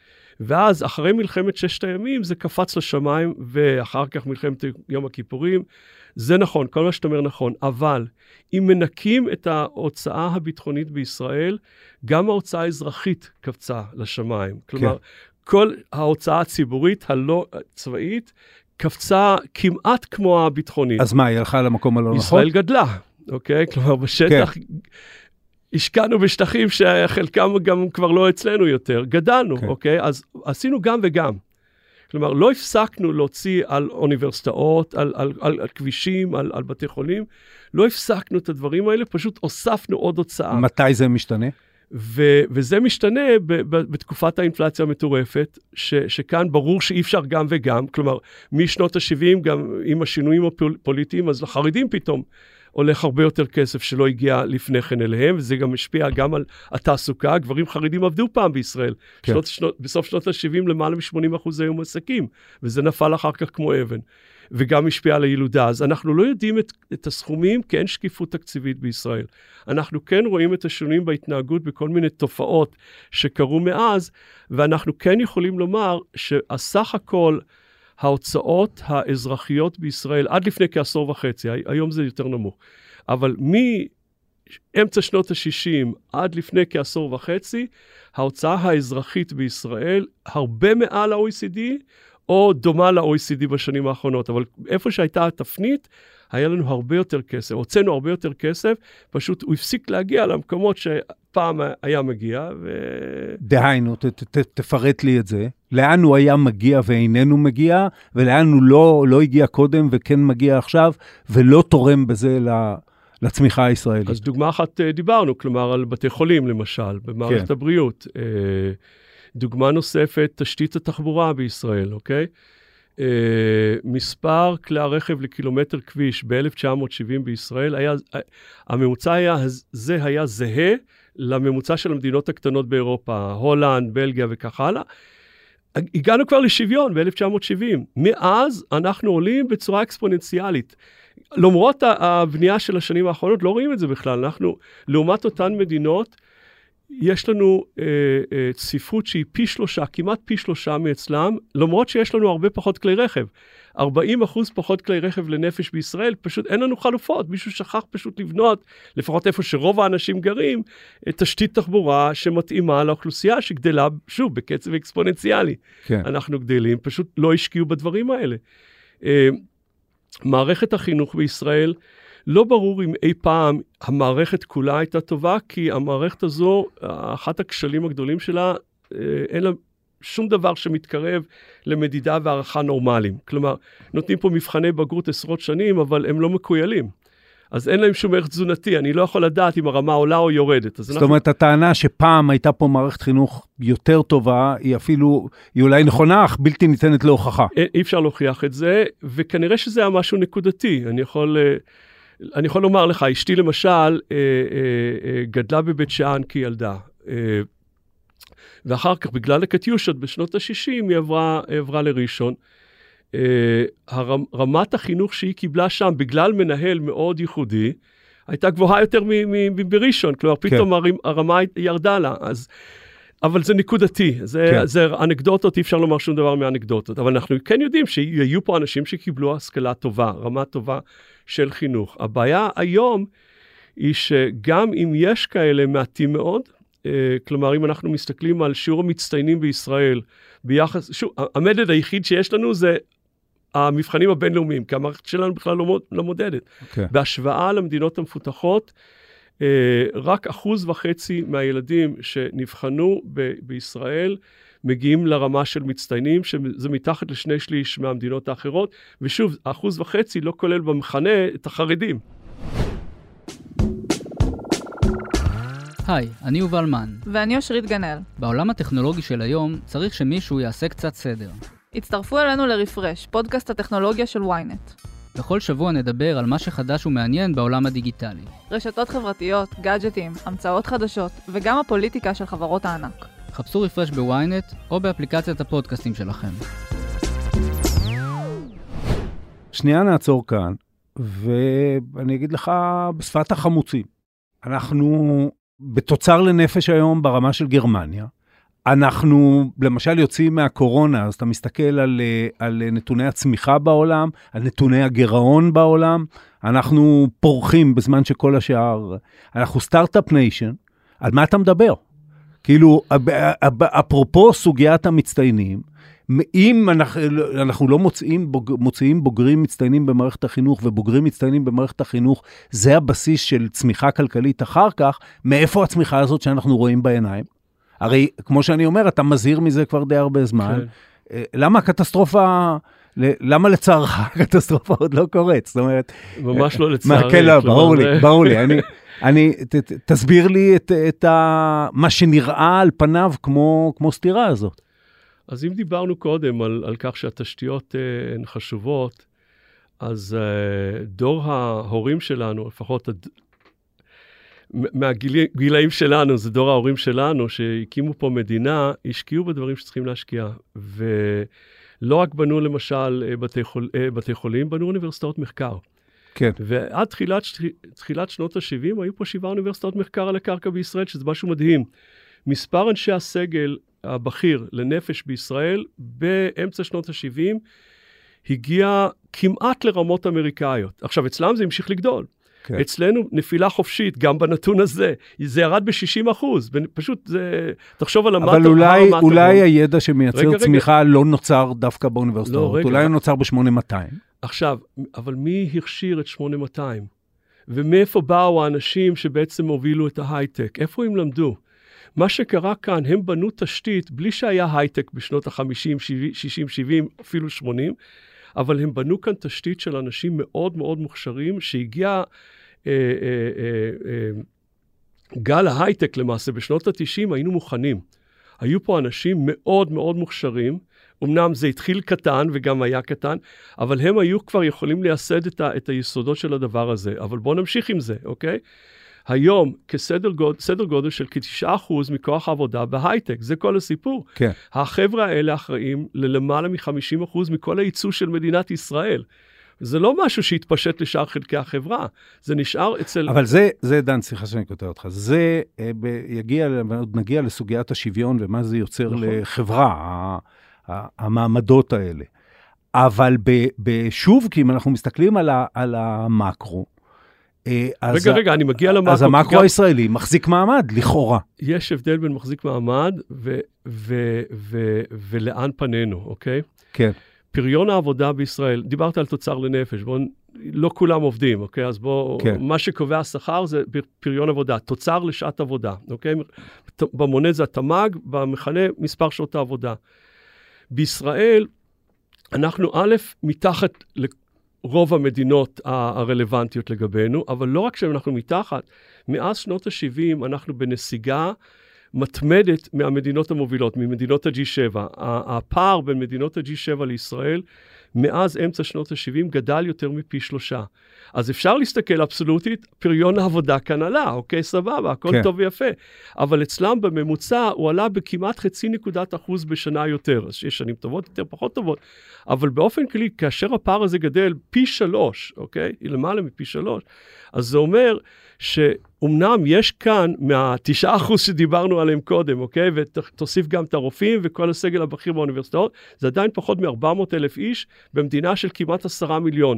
ואז אחרי מלחמת ששת הימים זה קפץ לשמיים, ואחר כך מלחמת יום הכיפורים. זה נכון, כל מה שאתה אומר נכון, אבל אם מנקים את ההוצאה הביטחונית בישראל, גם ההוצאה האזרחית קפצה לשמיים. כלומר, כן. כל ההוצאה הציבורית הלא צבאית קפצה כמעט כמו הביטחונית. אז מה, היא הלכה למקום הלא נכון? ישראל גדלה, אוקיי? כלומר, בשטח... כן. השקענו בשטחים שחלקם גם כבר לא אצלנו יותר, גדלנו, okay. אוקיי? אז עשינו גם וגם. כלומר, לא הפסקנו להוציא על אוניברסיטאות, על, על, על, על כבישים, על, על בתי חולים, לא הפסקנו את הדברים האלה, פשוט הוספנו עוד הוצאה. מתי זה משתנה? ו, וזה משתנה ב, ב, בתקופת האינפלציה המטורפת, ש, שכאן ברור שאי אפשר גם וגם, כלומר, משנות ה-שבעים, גם עם השינויים הפוליטיים, אז לחרדים פתאום, הולך הרבה יותר כסף שלא הגיע לפני כן אליהם, וזה גם משפיע גם על התעסוקה. גברים חרדים עבדו פעם בישראל. כן. שנות, שנות, בסוף שנות ה-שבעים למעלה מ-שמונים אחוז היו מועסקים, וזה נפל אחר כך כמו אבן. וגם משפיע על הילודה. אז אנחנו לא יודעים את, את הסכומים, כי אין שקיפות תקציבית בישראל. אנחנו כן רואים את השינויים בהתנהגות בכל מיני תופעות שקרו מאז, ואנחנו כן יכולים לומר שהסך הכל, ההוצאות האזרחיות בישראל, עד לפני כעשור וחצי, היום זה יותר נמוך, אבל מאמצע שנות ה-שישים עד לפני כעשור וחצי, ההוצאה האזרחית בישראל הרבה מעל ה-או אי סי די, או דומה ל-או אי סי די בשנים האחרונות, אבל איפה שהייתה התפנית, היה לנו הרבה יותר כסף, הוצאנו הרבה יותר כסף, פשוט הוא הפסיק להגיע למקומות שפעם היה מגיע. ו... דהיינו, ת, ת, תפרט לי את זה. לאן הוא היה מגיע ואיננו מגיע, ולאן הוא לא, לא הגיע קודם וכן מגיע עכשיו, ולא תורם בזה לצמיחה הישראלית. אז דוגמה אחת דיברנו, כלומר על בתי חולים למשל, במערכת כן. הבריאות. דוגמה נוספת, תשתית התחבורה בישראל, אוקיי? מספר כלי הרכב לקילומטר כביש ב-אלף תשע מאות שבעים בישראל, היה, הממוצע היה, זה היה זהה לממוצע של המדינות הקטנות באירופה, הולנד, בלגיה וכך הלאה. הגענו כבר לשוויון ב-אלף תשע מאות שבעים. מאז אנחנו עולים בצורה אקספוננציאלית. למרות הבנייה של השנים האחרונות, לא רואים את זה בכלל. אנחנו, לעומת אותן מדינות, יש לנו אה, אה, צפיפות שהיא פי שלושה, כמעט פי שלושה מאצלם, למרות שיש לנו הרבה פחות כלי רכב. ארבעים אחוז פחות כלי רכב לנפש בישראל, פשוט אין לנו חלופות. מישהו שכח פשוט לבנות, לפחות איפה שרוב האנשים גרים, תשתית תחבורה שמתאימה לאוכלוסייה שגדלה, שוב, בקצב אקספוננציאלי. כן. אנחנו גדלים, פשוט לא השקיעו בדברים האלה. אה, מערכת החינוך בישראל, לא ברור אם אי פעם המערכת כולה הייתה טובה, כי המערכת הזו, אחת הכשלים הגדולים שלה, אין לה שום דבר שמתקרב למדידה והערכה נורמליים. כלומר, נותנים פה מבחני בגרות עשרות שנים, אבל הם לא מקוילים. אז אין להם שום ערך תזונתי, אני לא יכול לדעת אם הרמה עולה או יורדת. זאת אנחנו... אומרת, הטענה שפעם הייתה פה מערכת חינוך יותר טובה, היא אפילו, היא אולי נכונה, אך בלתי ניתנת להוכחה. אי, אי אפשר להוכיח את זה, וכנראה שזה היה משהו נקודתי. אני יכול... אני יכול לומר לך, אשתי למשל אה, אה, אה, גדלה בבית שאן כילדה, אה, ואחר כך בגלל הקטיושות בשנות ה-שישים היא עברה, עברה לראשון. אה, הרמ, רמת החינוך שהיא קיבלה שם, בגלל מנהל מאוד ייחודי, הייתה גבוהה יותר מבראשון, כלומר פתאום כן. הרמה ירדה לה, אז... אבל זה נקודתי, זה, כן. זה אנקדוטות, אי אפשר לומר שום דבר מאנקדוטות, אבל אנחנו כן יודעים שיהיו פה אנשים שקיבלו השכלה טובה, רמה טובה של חינוך. הבעיה היום היא שגם אם יש כאלה מעטים מאוד, אה, כלומר אם אנחנו מסתכלים על שיעור המצטיינים בישראל, ביחס, שוב, המדד היחיד שיש לנו זה המבחנים הבינלאומיים, כי המערכת שלנו בכלל לא, לא מודדת. Okay. בהשוואה למדינות המפותחות, רק אחוז וחצי מהילדים שנבחנו ב- בישראל מגיעים לרמה של מצטיינים, שזה מתחת לשני שליש מהמדינות האחרות, ושוב, אחוז וחצי לא כולל במחנה את החרדים. היי, אני יובל מן. ואני אושרית גנאל. בעולם הטכנולוגי של היום צריך שמישהו יעשה קצת סדר. הצטרפו אלינו לרפרש, פודקאסט הטכנולוגיה של וויינט. בכל שבוע נדבר על מה שחדש ומעניין בעולם הדיגיטלי. רשתות חברתיות, גאדג'טים, המצאות חדשות, וגם הפוליטיקה של חברות הענק. חפשו רפרש בוויינט או באפליקציית הפודקאסטים שלכם. שנייה נעצור כאן, ואני אגיד לך בשפת החמוצים. אנחנו בתוצר לנפש היום ברמה של גרמניה. אנחנו, למשל, יוצאים מהקורונה, אז אתה מסתכל על, על נתוני הצמיחה בעולם, על נתוני הגירעון בעולם, אנחנו פורחים בזמן שכל השאר, אנחנו סטארט-אפ ניישן, על מה אתה מדבר? כאילו, אפרופו סוגיית המצטיינים, אם אנחנו, אנחנו לא מוצאים, בוג, מוצאים בוגרים מצטיינים במערכת החינוך, ובוגרים מצטיינים במערכת החינוך, זה הבסיס של צמיחה כלכלית אחר כך, מאיפה הצמיחה הזאת שאנחנו רואים בעיניים? הרי, כמו שאני אומר, אתה מזהיר מזה כבר די הרבה זמן. כן. למה הקטסטרופה, למה לצערך הקטסטרופה עוד לא קורית? זאת אומרת... ממש לא לצערי. מה, כן, לא, ברור לי, ברור לי. אני, אני, ת, ת, תסביר לי את, את ה, מה שנראה על פניו כמו, כמו סתירה הזאת. אז אם דיברנו קודם על, על כך שהתשתיות uh, הן חשובות, אז uh, דור ההורים שלנו, לפחות... הד... מהגילאים שלנו, זה דור ההורים שלנו, שהקימו פה מדינה, השקיעו בדברים שצריכים להשקיע. ולא רק בנו למשל בתי, חול, בתי חולים, בנו אוניברסיטאות מחקר. כן. ועד תחילת, תחילת שנות ה-שבעים, היו פה שבעה אוניברסיטאות מחקר על הקרקע בישראל, שזה משהו מדהים. מספר אנשי הסגל הבכיר לנפש בישראל, באמצע שנות ה-שבעים, הגיע כמעט לרמות אמריקאיות. עכשיו, אצלם זה המשיך לגדול. Okay. אצלנו נפילה חופשית, גם בנתון הזה, זה ירד ב-שישים אחוז, פשוט זה, תחשוב על המטה. אבל אולי, אולי הידע שמייצר רגע, צמיחה רגע. לא נוצר דווקא באוניברסיטאות, לא, אולי הוא נוצר ב-שמונה מאתיים. עכשיו, אבל מי הכשיר את שמונה מאתיים? ומאיפה באו האנשים שבעצם הובילו את ההייטק? איפה הם למדו? מה שקרה כאן, הם בנו תשתית, בלי שהיה הייטק בשנות ה-חמישים, שישים, שבעים, אפילו שמונים, אבל הם בנו כאן תשתית של אנשים מאוד מאוד מוכשרים, שהגיע אה, אה, אה, גל ההייטק למעשה, בשנות ה-תשעים היינו מוכנים. היו פה אנשים מאוד מאוד מוכשרים, אמנם זה התחיל קטן וגם היה קטן, אבל הם היו כבר יכולים לייסד את, ה, את היסודות של הדבר הזה. אבל בואו נמשיך עם זה, אוקיי? היום, כסדר גודל, סדר גודל של כ-תשעה אחוז מכוח העבודה בהייטק, זה כל הסיפור. כן. החבר'ה האלה אחראים ללמעלה מ-חמישים אחוז מכל הייצוא של מדינת ישראל. זה לא משהו שהתפשט לשאר חלקי החברה, זה נשאר אצל... אבל זה, זה דן, סליחה שאני כותב אותך, זה אה, ב, יגיע, עוד נגיע לסוגיית השוויון ומה זה יוצר נכון. לחברה, ה, ה, המעמדות האלה. אבל ב, בשוב, כי אם אנחנו מסתכלים על, ה, על המקרו, אה, אז רגע, רגע, אני מגיע למקרו. אז המקרו גם... הישראלי מחזיק מעמד, לכאורה. יש הבדל בין מחזיק מעמד ו, ו, ו, ולאן פנינו, אוקיי? כן. פריון העבודה בישראל, דיברת על תוצר לנפש, בוא, לא כולם עובדים, אוקיי? אז בוא, כן. מה שקובע השכר זה פריון עבודה, תוצר לשעת עבודה, אוקיי? במונה זה התמ"ג, במכנה מספר שעות העבודה. בישראל, אנחנו א', מתחת לרוב המדינות הרלוונטיות לגבינו, אבל לא רק שאנחנו מתחת, מאז שנות ה-שבעים אנחנו בנסיגה, מתמדת מהמדינות המובילות, ממדינות ה-ג'י שבע. הפער בין מדינות ה-ג'י שבע לישראל, מאז אמצע שנות ה-שבעים, גדל יותר מפי שלושה. אז אפשר להסתכל אבסולוטית, פריון העבודה כאן עלה, אוקיי, סבבה, הכל כן. טוב ויפה. אבל אצלם בממוצע הוא עלה בכמעט חצי נקודת אחוז בשנה יותר. אז יש שנים טובות, יותר פחות טובות. אבל באופן כללי, כאשר הפער הזה גדל פי שלוש, אוקיי, למעלה מפי שלוש, אז זה אומר שאומנם יש כאן מהתשעה אחוז שדיברנו עליהם קודם, אוקיי? ותוסיף גם את הרופאים וכל הסגל הבכיר באוניברסיטאות, זה עדיין פחות מ-ארבע מאות אלף איש במדינה של כמעט עשרה מיליון.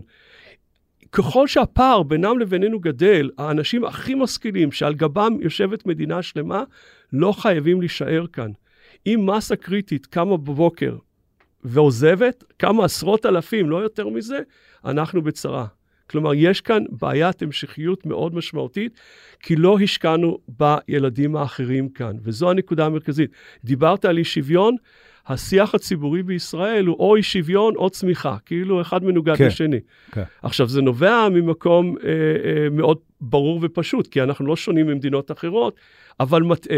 ככל שהפער בינם לבינינו גדל, האנשים הכי משכילים שעל גבם יושבת מדינה שלמה, לא חייבים להישאר כאן. אם מסה קריטית קמה בבוקר ועוזבת, כמה עשרות אלפים, לא יותר מזה, אנחנו בצרה. כלומר, יש כאן בעיית המשכיות מאוד משמעותית, כי לא השקענו בילדים האחרים כאן, וזו הנקודה המרכזית. דיברת על אי שוויון, השיח הציבורי בישראל הוא או אי שוויון או צמיחה, כאילו אחד מנוגד כן, לשני. כן. עכשיו, זה נובע ממקום אה, אה, מאוד ברור ופשוט, כי אנחנו לא שונים ממדינות אחרות, אבל מטעה.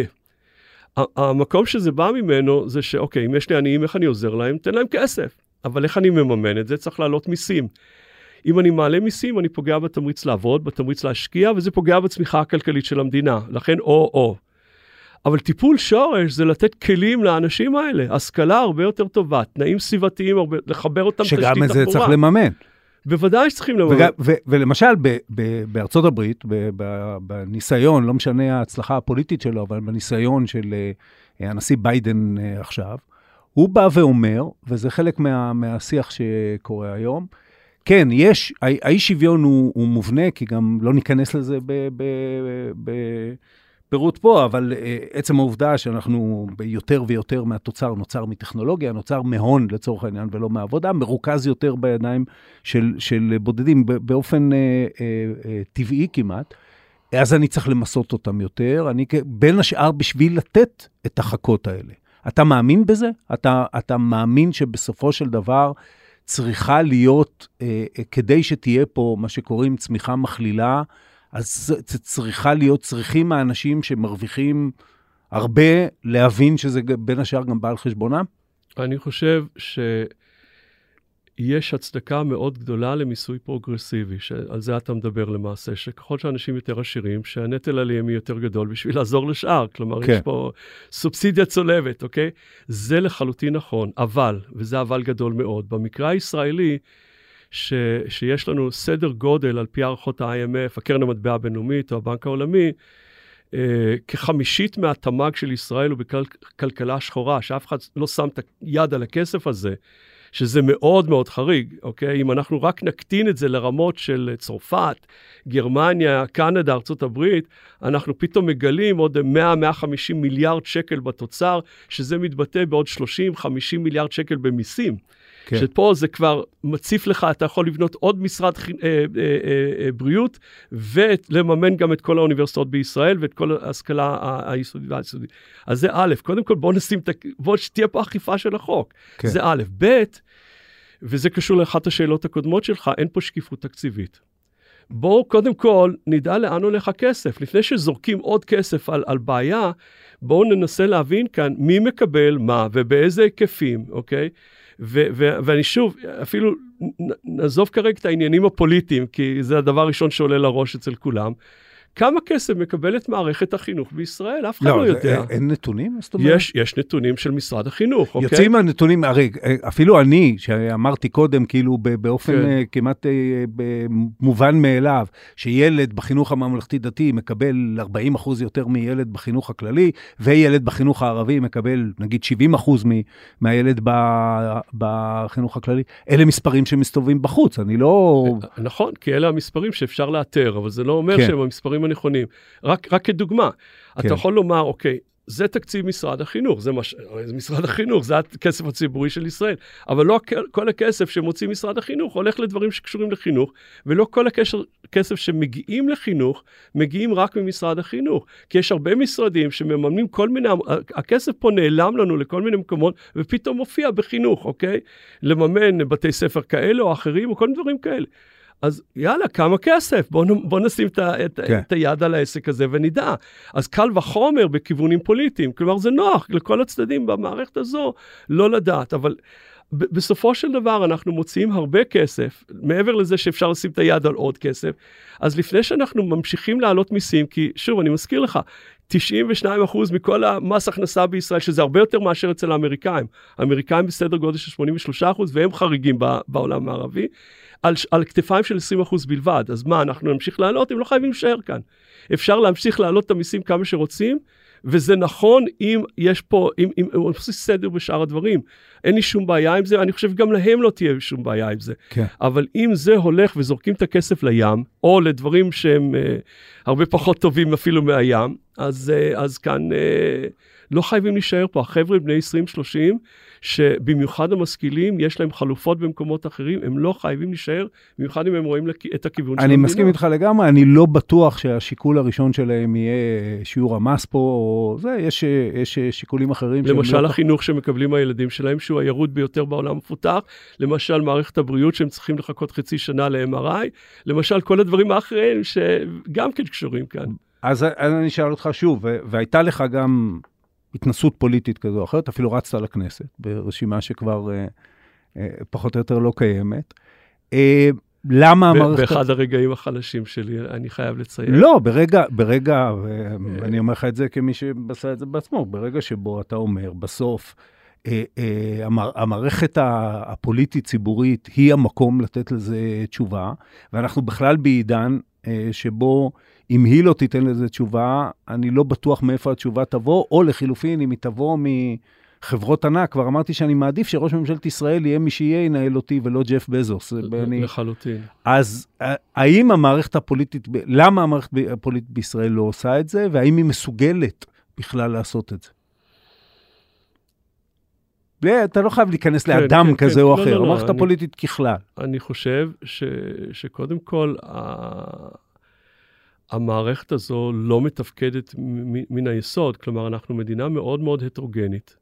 המקום שזה בא ממנו זה שאוקיי, אם יש לי עניים, איך אני עוזר להם? תן להם כסף. אבל איך אני מממן את זה? צריך לעלות מיסים. אם אני מעלה מיסים, אני פוגע בתמריץ לעבוד, בתמריץ להשקיע, וזה פוגע בצמיחה הכלכלית של המדינה. לכן או-או. אבל טיפול שורש זה לתת כלים לאנשים האלה, השכלה הרבה יותר טובה, תנאים סביבתיים, הרבה, לחבר אותם תשתית תחבורה. שגם את זה צריך לממן. בוודאי שצריכים לממן. וג, ו, ולמשל, ב, ב, בארצות הברית, ב, ב, בניסיון, לא משנה ההצלחה הפוליטית שלו, אבל בניסיון של uh, הנשיא ביידן uh, עכשיו, הוא בא ואומר, וזה חלק מה, מהשיח שקורה היום, כן, יש, האי שוויון הוא, הוא מובנה, כי גם לא ניכנס לזה ב... ב, ב פירוט פה, אבל uh, עצם העובדה שאנחנו ביותר ויותר מהתוצר נוצר מטכנולוגיה, נוצר מהון לצורך העניין ולא מעבודה, מרוכז יותר בידיים של, של בודדים באופן uh, uh, uh, טבעי כמעט, אז אני צריך למסות אותם יותר, אני בין השאר בשביל לתת את החכות האלה. אתה מאמין בזה? אתה, אתה מאמין שבסופו של דבר צריכה להיות, uh, uh, כדי שתהיה פה מה שקוראים צמיחה מכלילה, אז צריכה להיות, צריכים האנשים שמרוויחים הרבה להבין שזה בין השאר גם בא על חשבונם? אני חושב שיש הצדקה מאוד גדולה למיסוי פרוגרסיבי, שעל זה אתה מדבר למעשה, שככל שאנשים יותר עשירים, שהנטל עליהם יהיה יותר גדול בשביל לעזור לשאר, כלומר כן. יש פה סובסידיה צולבת, אוקיי? זה לחלוטין נכון, אבל, וזה אבל גדול מאוד, במקרה הישראלי, ש, שיש לנו סדר גודל על פי הערכות ה-איי אם אף, הקרן המטבע הבינלאומית או הבנק העולמי, אה, כחמישית מהתמ"ג של ישראל הוא בכלכלה שחורה, שאף אחד לא שם את היד על הכסף הזה, שזה מאוד מאוד חריג, אוקיי? אם אנחנו רק נקטין את זה לרמות של צרפת, גרמניה, קנדה, ארצות הברית, אנחנו פתאום מגלים עוד מאה עד מאה וחמישים מיליארד שקל בתוצר, שזה מתבטא בעוד שלושים עד חמישים מיליארד שקל במיסים. כן. שפה זה כבר מציף לך, אתה יכול לבנות עוד משרד אה, אה, אה, בריאות, ולממן גם את כל האוניברסיטאות בישראל, ואת כל ההשכלה היסודית והיסודית. אז זה א', קודם כל בוא נשים, בוא שתהיה פה אכיפה של החוק. כן. זה א', ב', וזה קשור לאחת השאלות הקודמות שלך, אין פה שקיפות תקציבית. בואו קודם כל נדע לאן הולך הכסף. לפני שזורקים עוד כסף על, על בעיה, בואו ננסה להבין כאן מי מקבל מה ובאיזה היקפים, אוקיי? ו- ו- ואני שוב, אפילו נעזוב כרגע את העניינים הפוליטיים, כי זה הדבר הראשון שעולה לראש אצל כולם. כמה כסף מקבלת מערכת החינוך בישראל? אף אחד לא, לא יודע. לא, אין נתונים? יש, יש נתונים של משרד החינוך, אוקיי? יוצאים הנתונים, הרי אפילו אני, שאמרתי קודם, כאילו באופן כן. כמעט מובן מאליו, שילד בחינוך הממלכתי דתי מקבל ארבעים אחוז יותר מילד בחינוך הכללי, וילד בחינוך הערבי מקבל נגיד שבעים אחוז מהילד בחינוך הכללי. אלה מספרים שמסתובבים בחוץ, אני לא... נכון, כי אלה המספרים שאפשר לאתר, אבל זה לא אומר כן. שהם המספרים הנכונים. רק, רק כדוגמה, כן. אתה יכול לומר, אוקיי, זה תקציב משרד החינוך, זה, מש... זה משרד החינוך, זה הכסף הציבורי של ישראל, אבל לא כל הכסף שמוציא משרד החינוך הולך לדברים שקשורים לחינוך, ולא כל הקשר, כסף שמגיעים לחינוך, מגיעים רק ממשרד החינוך, כי יש הרבה משרדים שמממנים כל מיני, הכסף פה נעלם לנו לכל מיני מקומות, ופתאום מופיע בחינוך, אוקיי? לממן בתי ספר כאלה או אחרים, או כל מיני דברים כאלה. אז יאללה, כמה כסף? בואו בוא נשים את, את, כן. את היד על העסק הזה ונדע. אז קל וחומר בכיוונים פוליטיים. כלומר, זה נוח לכל הצדדים במערכת הזו לא לדעת. אבל ב- בסופו של דבר אנחנו מוציאים הרבה כסף, מעבר לזה שאפשר לשים את היד על עוד כסף. אז לפני שאנחנו ממשיכים לעלות מיסים, כי שוב, אני מזכיר לך, תשעים ושניים אחוז מכל המס הכנסה בישראל, שזה הרבה יותר מאשר אצל האמריקאים. האמריקאים בסדר גודל של שמונים ושלושה אחוז, והם חריגים בעולם הערבי. על, על כתפיים של עשרים אחוז בלבד. אז מה, אנחנו נמשיך לעלות? הם לא חייבים להישאר כאן. אפשר להמשיך לעלות את המיסים כמה שרוצים, וזה נכון אם יש פה, אם, אם, אם עושים סדר בשאר הדברים. אין לי שום בעיה עם זה, אני חושב גם להם לא תהיה שום בעיה עם זה. כן. אבל אם זה הולך וזורקים את הכסף לים, או לדברים שהם אה, הרבה פחות טובים אפילו מהים, אז, אה, אז כאן אה, לא חייבים להישאר פה. החבר'ה בני עשרים שלושים, שבמיוחד המשכילים, יש להם חלופות במקומות אחרים, הם לא חייבים להישאר, במיוחד אם הם רואים את הכיוון של המדינה. אני מסכים איתך לגמרי, אני לא בטוח שהשיקול הראשון שלהם יהיה שיעור המס פה, או זה, יש, יש שיקולים אחרים. למשל לא... החינוך שמקבלים הילדים שלהם, שהוא הירוד ביותר בעולם המפותח, למשל מערכת הבריאות שהם צריכים לחכות חצי שנה ל-אם אר איי, למשל כל הדברים האחרים שגם כן קשורים כאן. אז אני אשאל אותך שוב, והייתה לך גם... התנסות פוליטית כזו או אחרת, אפילו רצת לכנסת, ברשימה שכבר אה, אה, פחות או יותר לא קיימת. אה, למה המערכת... באחד הרגעים החלשים שלי, אני חייב לציין. לא, ברגע, ברגע, ואני אומר לך את זה כמי שבסע את זה בעצמו, ברגע שבו אתה אומר, בסוף, אה, אה, המע, המערכת הפוליטית-ציבורית היא המקום לתת לזה תשובה, ואנחנו בכלל בעידן אה, שבו, אם היא לא תיתן לזה תשובה, אני לא בטוח מאיפה התשובה תבוא, או לחילופין, אם היא תבוא מחברות ענק. כבר אמרתי שאני מעדיף שראש ממשלת ישראל יהיה מי שיהיה ינהל אותי, ולא ג'ף בזוס. לחלוטין. אז האם המערכת הפוליטית, למה המערכת הפוליטית בישראל לא עושה את זה, והאם היא מסוגלת בכלל לעשות את זה? אתה לא חייב להיכנס לאדם כזה או אחר, המערכת הפוליטית ככלל. אני חושב שקודם כל, המערכת הזו לא מתפקדת מן היסוד, כלומר, אנחנו מדינה מאוד מאוד הטרוגנית.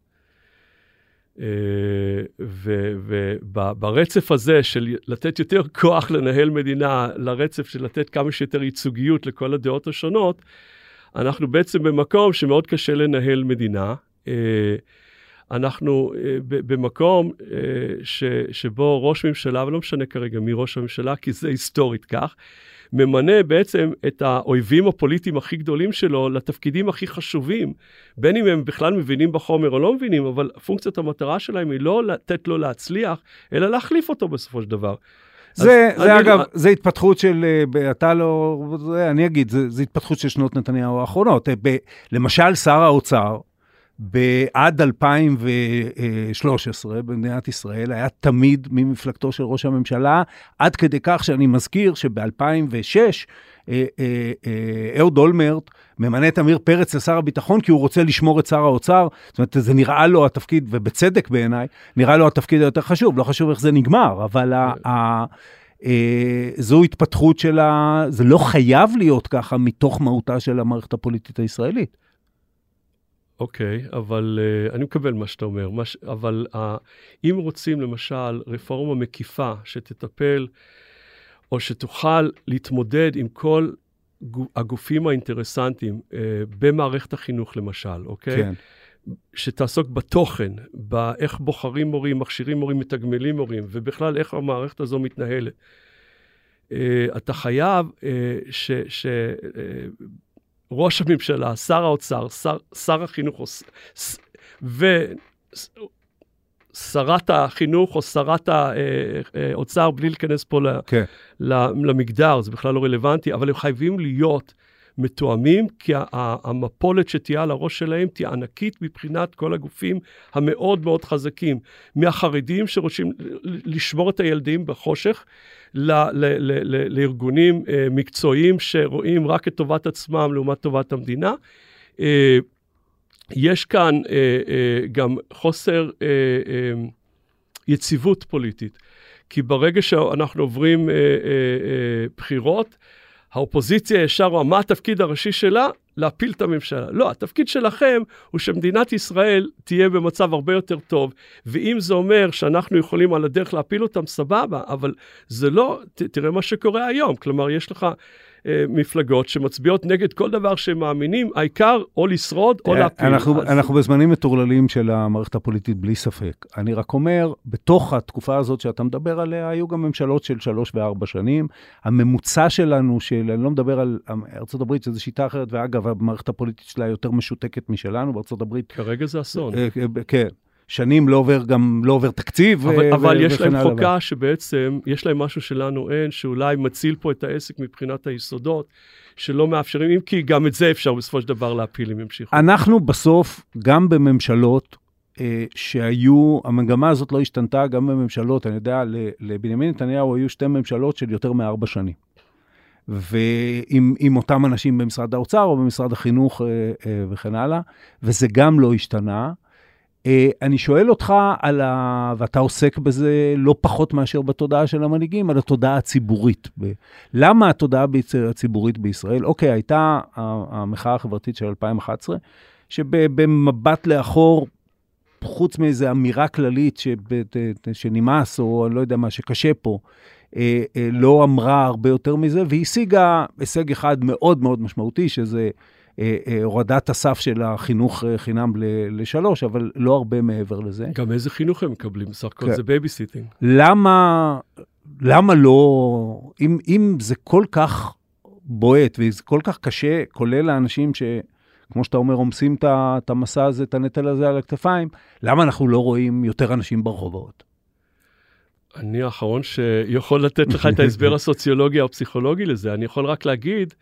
וברצף הזה של לתת יותר כוח לנהל מדינה, לרצף של לתת כמה שיותר ייצוגיות לכל הדעות השונות, אנחנו בעצם במקום שמאוד קשה לנהל מדינה. אנחנו במקום שבו ראש ממשלה, ולא משנה כרגע מי ראש הממשלה, כי זה היסטורית כך, ממנה בעצם את האויבים הפוליטיים הכי גדולים שלו לתפקידים הכי חשובים, בין אם הם בכלל מבינים בחומר או לא מבינים, אבל פונקציית המטרה שלהם היא לא לתת לו להצליח, אלא להחליף אותו בסופו של דבר. זה, זה אגב, זה התפתחות של, אתה לא, זה, אני אגיד, זה, זה התפתחות של שנות נתניהו האחרונות. ב, למשל, שר האוצר, בעד אלפיים ושלוש עשרה במדינת ישראל, היה תמיד ממפלגתו של ראש הממשלה, עד כדי כך שאני מזכיר שב-אלפיים ושש, אהוד אולמרט ממנה את עמיר פרץ לשר הביטחון, כי הוא רוצה לשמור את שר האוצר, זאת אומרת, זה נראה לו התפקיד, ובצדק בעיניי, נראה לו התפקיד היותר חשוב, לא חשוב איך זה נגמר, אבל ה... זו התפתחות שלה, זה לא חייב להיות ככה מתוך מהותה של המערכת הפוליטית הישראלית. אוקיי, okay, אבל uh, אני מקבל מה שאתה אומר, מה ש... אבל uh, אם רוצים למשל רפורמה מקיפה שתטפל, או שתוכל להתמודד עם כל הגופים האינטרסנטיים אה, במערכת החינוך למשל, אוקיי? כן. שתעסוק בתוכן, באיך בוחרים מורים, מכשירים מורים, מתגמלים מורים, ובכלל איך המערכת הזו מתנהלת. אה, אתה חייב אה, ש... ש אה, ראש הממשלה, שר האוצר, שר, שר החינוך, ושרת החינוך או שרת האוצר, בלי להיכנס פה okay. למגדר, זה בכלל לא רלוונטי, אבל הם חייבים להיות מתואמים, כי המפולת שתהיה על הראש שלהם תהיה ענקית מבחינת כל הגופים המאוד מאוד חזקים, מהחרדים שרוצים לשמור את הילדים בחושך, ל- ל- ל- ל- לארגונים uh, מקצועיים שרואים רק את טובת עצמם לעומת טובת המדינה. Uh, יש כאן uh, uh, גם חוסר uh, uh, יציבות פוליטית, כי ברגע שאנחנו עוברים uh, uh, uh, בחירות, האופוזיציה ישר רואה מה התפקיד הראשי שלה? להפיל את הממשלה. לא, התפקיד שלכם הוא שמדינת ישראל תהיה במצב הרבה יותר טוב, ואם זה אומר שאנחנו יכולים על הדרך להפיל אותם, סבבה, אבל זה לא, ת, תראה מה שקורה היום, כלומר יש לך אה, מפלגות שמצביעות נגד כל דבר שהם מאמינים, העיקר או לשרוד או להפיל. אנחנו, אז... אנחנו בזמנים מטורללים של המערכת הפוליטית בלי ספק. אני רק אומר, בתוך התקופה הזאת שאתה מדבר עליה, היו גם ממשלות של שלוש וארבע שנים, הממוצע שלנו, של, אני לא מדבר על ארצות הברית, שזו שיטה אחרת, ואגב, המערכת הפוליטית שלה יותר משותקת משלנו, בארצות הברית. כרגע זה אסון. כן. שנים לא עובר גם, לא עובר תקציב. אבל, ו- אבל ו- יש להם חוקה דבר. שבעצם, יש להם משהו שלנו אין, שאולי מציל פה את העסק מבחינת היסודות, שלא מאפשרים, אם כי גם את זה אפשר בסופו של דבר להפיל אם ימשיכו. אנחנו בסוף, גם בממשלות, אה, שהיו, המגמה הזאת לא השתנתה, גם בממשלות, אני יודע, לבנימין נתניהו היו שתי ממשלות של יותר מארבע שנים. ועם עם אותם אנשים במשרד האוצר או במשרד החינוך אה, אה, וכן הלאה, וזה גם לא השתנה. אה, אני שואל אותך על ה... ואתה עוסק בזה לא פחות מאשר בתודעה של המנהיגים, על התודעה הציבורית. ב... למה התודעה הציבורית בישראל? אוקיי, הייתה המחאה החברתית של אלפיים ואחת עשרה, שבמבט לאחור, חוץ מאיזו אמירה כללית שבט... שנמאס, או אני לא יודע מה, שקשה פה, אה, אה, לא אמרה הרבה יותר מזה, והשיגה הישג אחד מאוד מאוד משמעותי, שזה אה, אה, הורדת הסף של החינוך חינם ל- לשלוש, אבל לא הרבה מעבר לזה. גם איזה חינוך הם מקבלים? בסך הכל כן. זה בייביסיטינג. למה, למה לא, אם, אם זה כל כך בועט, וזה כל כך קשה, כולל האנשים ש... כמו שאתה אומר, עומסים את המסע הזה, את הנטל הזה על הכתפיים, למה אנחנו לא רואים יותר אנשים ברחובות? אני האחרון שיכול לתת לך את ההסבר הסוציולוגי או הפסיכולוגי לזה. אני יכול רק להגיד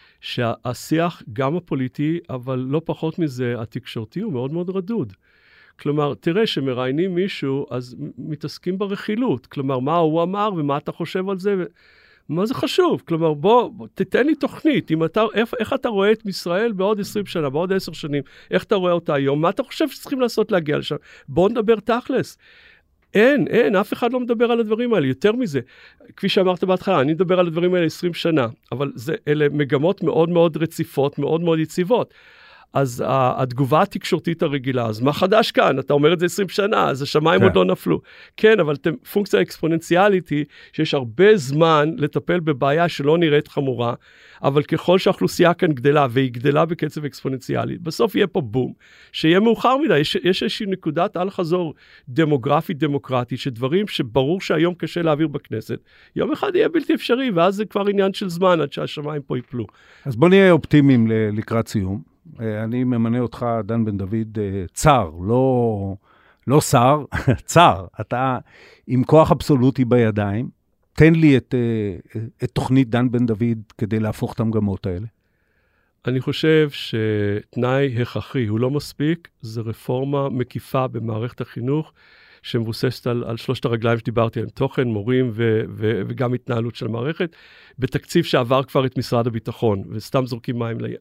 שהשיח, גם הפוליטי, אבל לא פחות מזה, התקשורתי הוא מאוד מאוד רדוד. כלומר, תראה שמראיינים מישהו, אז מתעסקים ברכילות. כלומר, מה הוא אמר ומה אתה חושב על זה? מה זה חשוב? כלומר, בוא, בוא תתן לי תוכנית. אם אתה, איך, איך אתה רואה את ישראל בעוד עשרים שנה, בעוד עשר שנים? איך אתה רואה אותה היום? מה אתה חושב שצריכים לעשות להגיע לשם? בוא נדבר תכלס. אין, אין, אף אחד לא מדבר על הדברים האלה. יותר מזה, כפי שאמרת בהתחלה, אני מדבר על הדברים האלה עשרים שנה, אבל זה, אלה מגמות מאוד מאוד רציפות, מאוד מאוד יציבות. אז התגובה התקשורתית הרגילה, אז מה חדש כאן? אתה אומר את זה עשרים שנה, אז השמיים עוד לא נפלו. כן, אבל פונקציה אקספוננציאלית היא שיש הרבה זמן לטפל בבעיה שלא נראית חמורה, אבל ככל שהאוכלוסייה כאן גדלה, והיא גדלה בקצב אקספוננציאלי, בסוף יהיה פה בום, שיהיה מאוחר מדי. יש, יש איזושהי נקודת על חזור דמוגרפית, דמוקרטית, שדברים שברור שהיום קשה להעביר בכנסת, יום אחד יהיה בלתי אפשרי, ואז זה כבר עניין של זמן עד שהשמיים פה ייפלו. אז בוא נהיה אופטימיים לקראת סיום. אני ממנה אותך, דן בן דוד, צר, לא, לא שר, צר. אתה עם כוח אבסולוטי בידיים. תן לי את, את תוכנית דן בן דוד כדי להפוך את המגמות האלה. אני חושב שתנאי הכרחי, הוא לא מספיק, זה רפורמה מקיפה במערכת החינוך, שמבוססת על, על שלושת הרגליים שדיברתי עליהם, תוכן, מורים ו, ו, וגם התנהלות של מערכת, בתקציב שעבר כבר את משרד הביטחון, וסתם זורקים מים לים.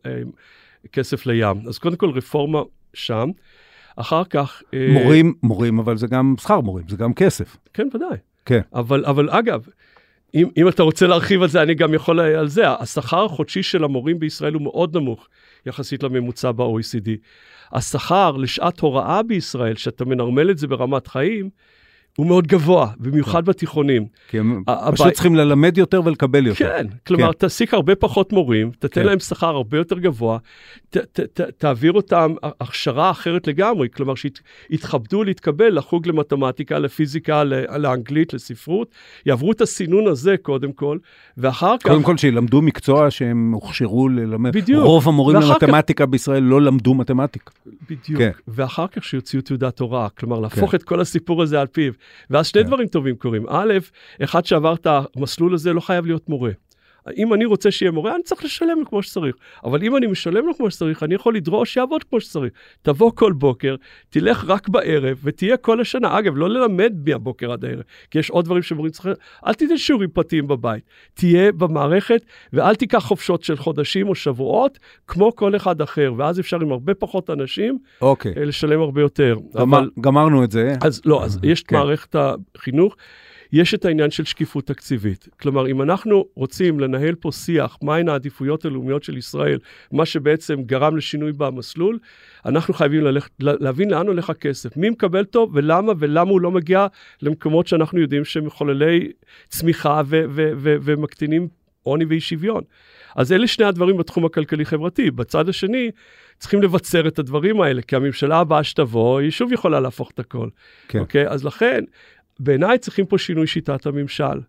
כסף לים. אז קודם כל רפורמה שם, אחר כך... מורים, מורים, אבל זה גם שכר מורים, זה גם כסף. כן, ודאי. כן. אבל, אבל אגב, אם, אם אתה רוצה להרחיב על זה, אני גם יכול על זה. השכר החודשי של המורים בישראל הוא מאוד נמוך, יחסית לממוצע ב-או אי סי די. השכר לשעת הוראה בישראל, שאתה מנרמל את זה ברמת חיים, הוא מאוד גבוה, במיוחד בתיכונים. כי הם פשוט צריכים ללמד יותר ולקבל יותר. כן, כלומר, תעסיק הרבה פחות מורים, תתן להם שכר הרבה יותר גבוה, תעביר אותם הכשרה אחרת לגמרי, כלומר, שיתכבדו להתקבל לחוג למתמטיקה, לפיזיקה, לאנגלית, לספרות, יעברו את הסינון הזה קודם כל, ואחר כך... קודם כל שילמדו מקצוע שהם הוכשרו ללמד. בדיוק. רוב המורים למתמטיקה בישראל לא למדו מתמטיקה. בדיוק. ואחר כך שיוציאו תעודת הוראה, כלומר, להפוך את כל הסיפור הזה על פיו. ואז שני דברים טובים קורים. א', אחד שעבר את המסלול הזה לא חייב להיות מורה. אם אני רוצה שיהיה מורה, אני צריך לשלם לו כמו שצריך. אבל אם אני משלם לו כמו שצריך, אני יכול לדרוש שיעבוד כמו שצריך. תבוא כל בוקר, תלך רק בערב, ותהיה כל השנה. אגב, לא ללמד מהבוקר עד הערב, כי יש עוד דברים שמורים צריכים. אל תיתן שיעורים פרטיים בבית. תהיה במערכת, ואל תיקח חופשות של חודשים או שבועות, כמו כל אחד אחר. ואז אפשר עם הרבה פחות אנשים, אוקיי. לשלם הרבה יותר. גמר, אבל... גמרנו את זה. אז לא, אז יש את מערכת החינוך, יש את העניין של שקיפות תקציבית. כלומר, אם אנחנו רוצים לנהל פה שיח, מהן העדיפויות הלאומיות של ישראל, מה שבעצם גרם לשינוי במסלול, אנחנו חייבים ללכת, להבין לאן הולך הכסף, מי מקבל טוב ולמה, ולמה הוא לא מגיע למקומות שאנחנו יודעים שהם מחוללי צמיחה ו- ו- ו- ומקטינים עוני ואי שוויון. אז אלה שני הדברים בתחום הכלכלי-חברתי. בצד השני, צריכים לבצר את הדברים האלה, כי הממשלה הבאה שתבוא, היא שוב יכולה להפוך את הכל. כן. אוקיי? אז לכן, בעיניי צריכים פה שינוי שיטת הממשל.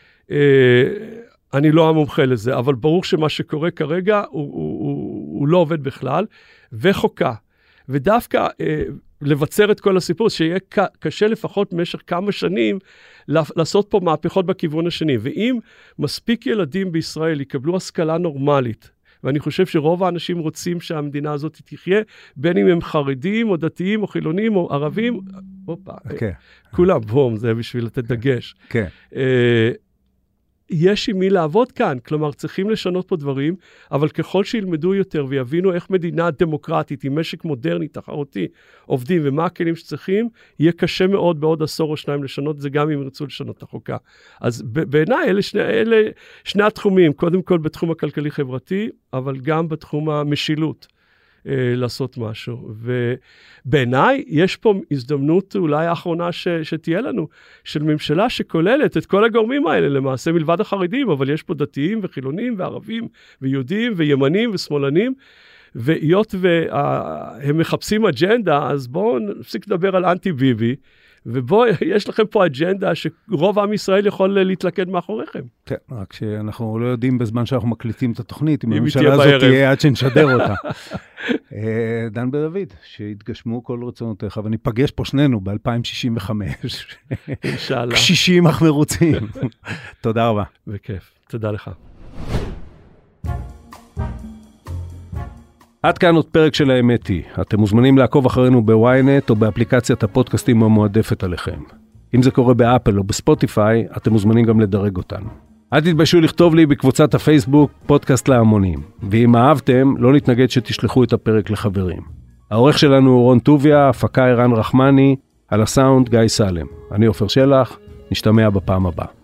אני לא המומחה לזה, אבל ברור שמה שקורה כרגע הוא, הוא, הוא, הוא לא עובד בכלל, וחוקה. ודווקא לבצר את כל הסיפור, שיהיה קשה לפחות במשך כמה שנים לעשות פה מהפכות בכיוון השני. ואם מספיק ילדים בישראל יקבלו השכלה נורמלית, ואני חושב שרוב האנשים רוצים שהמדינה הזאת תחיה, בין אם הם חרדים או דתיים או חילונים או ערבים, אופה, כולם בום, זה בשביל לתת דגש. כן. יש עם מי לעבוד כאן, כלומר צריכים לשנות פה דברים, אבל ככל שילמדו יותר ויבינו איך מדינה דמוקרטית עם משק מודרני, תחרותי, עובדים ומה הכלים שצריכים, יהיה קשה מאוד בעוד עשור או שניים לשנות זה, גם אם ירצו לשנות את החוקה. אז בעיניי אלה שני, אלה שני התחומים, קודם כל בתחום הכלכלי-חברתי, אבל גם בתחום המשילות. לעשות משהו. ובעיניי יש פה הזדמנות אולי האחרונה ש, שתהיה לנו, של ממשלה שכוללת את כל הגורמים האלה, למעשה מלבד החרדים, אבל יש פה דתיים וחילונים וערבים ויהודים וימנים ושמאלנים, והיות והם מחפשים אג'נדה, אז בואו נפסיק לדבר על אנטי ביבי, ובו יש לכם פה אג'נדה שרוב עם ישראל יכול להתלכד מאחוריכם. כן, רק שאנחנו לא יודעים בזמן שאנחנו מקליטים את התוכנית, אם הממשלה הזאת תהיה עד שנשדר אותה. דן בר דוד, שהתגשמו כל רצונותיך, וניפגש פה שנינו ב-אלפיים שישים וחמש. אינשאללה. קשישים אך מרוצים. תודה רבה. בכיף. תודה לך. עד כאן עוד פרק של האמת היא. אתם מוזמנים לעקוב אחרינו בוויינט או באפליקציית הפודקאסטים המועדפת עליכם. אם זה קורה באפל או בספוטיפיי, אתם מוזמנים גם לדרג אותנו. אל תתביישו לכתוב לי בקבוצת הפייסבוק פודקאסט להמונים. ואם אהבתם, לא נתנגד שתשלחו את הפרק לחברים. העורך שלנו הוא רון טוביה, הפקה ערן רחמני, על הסאונד גיא סלם. אני עופר שלח, נשתמע בפעם הבאה.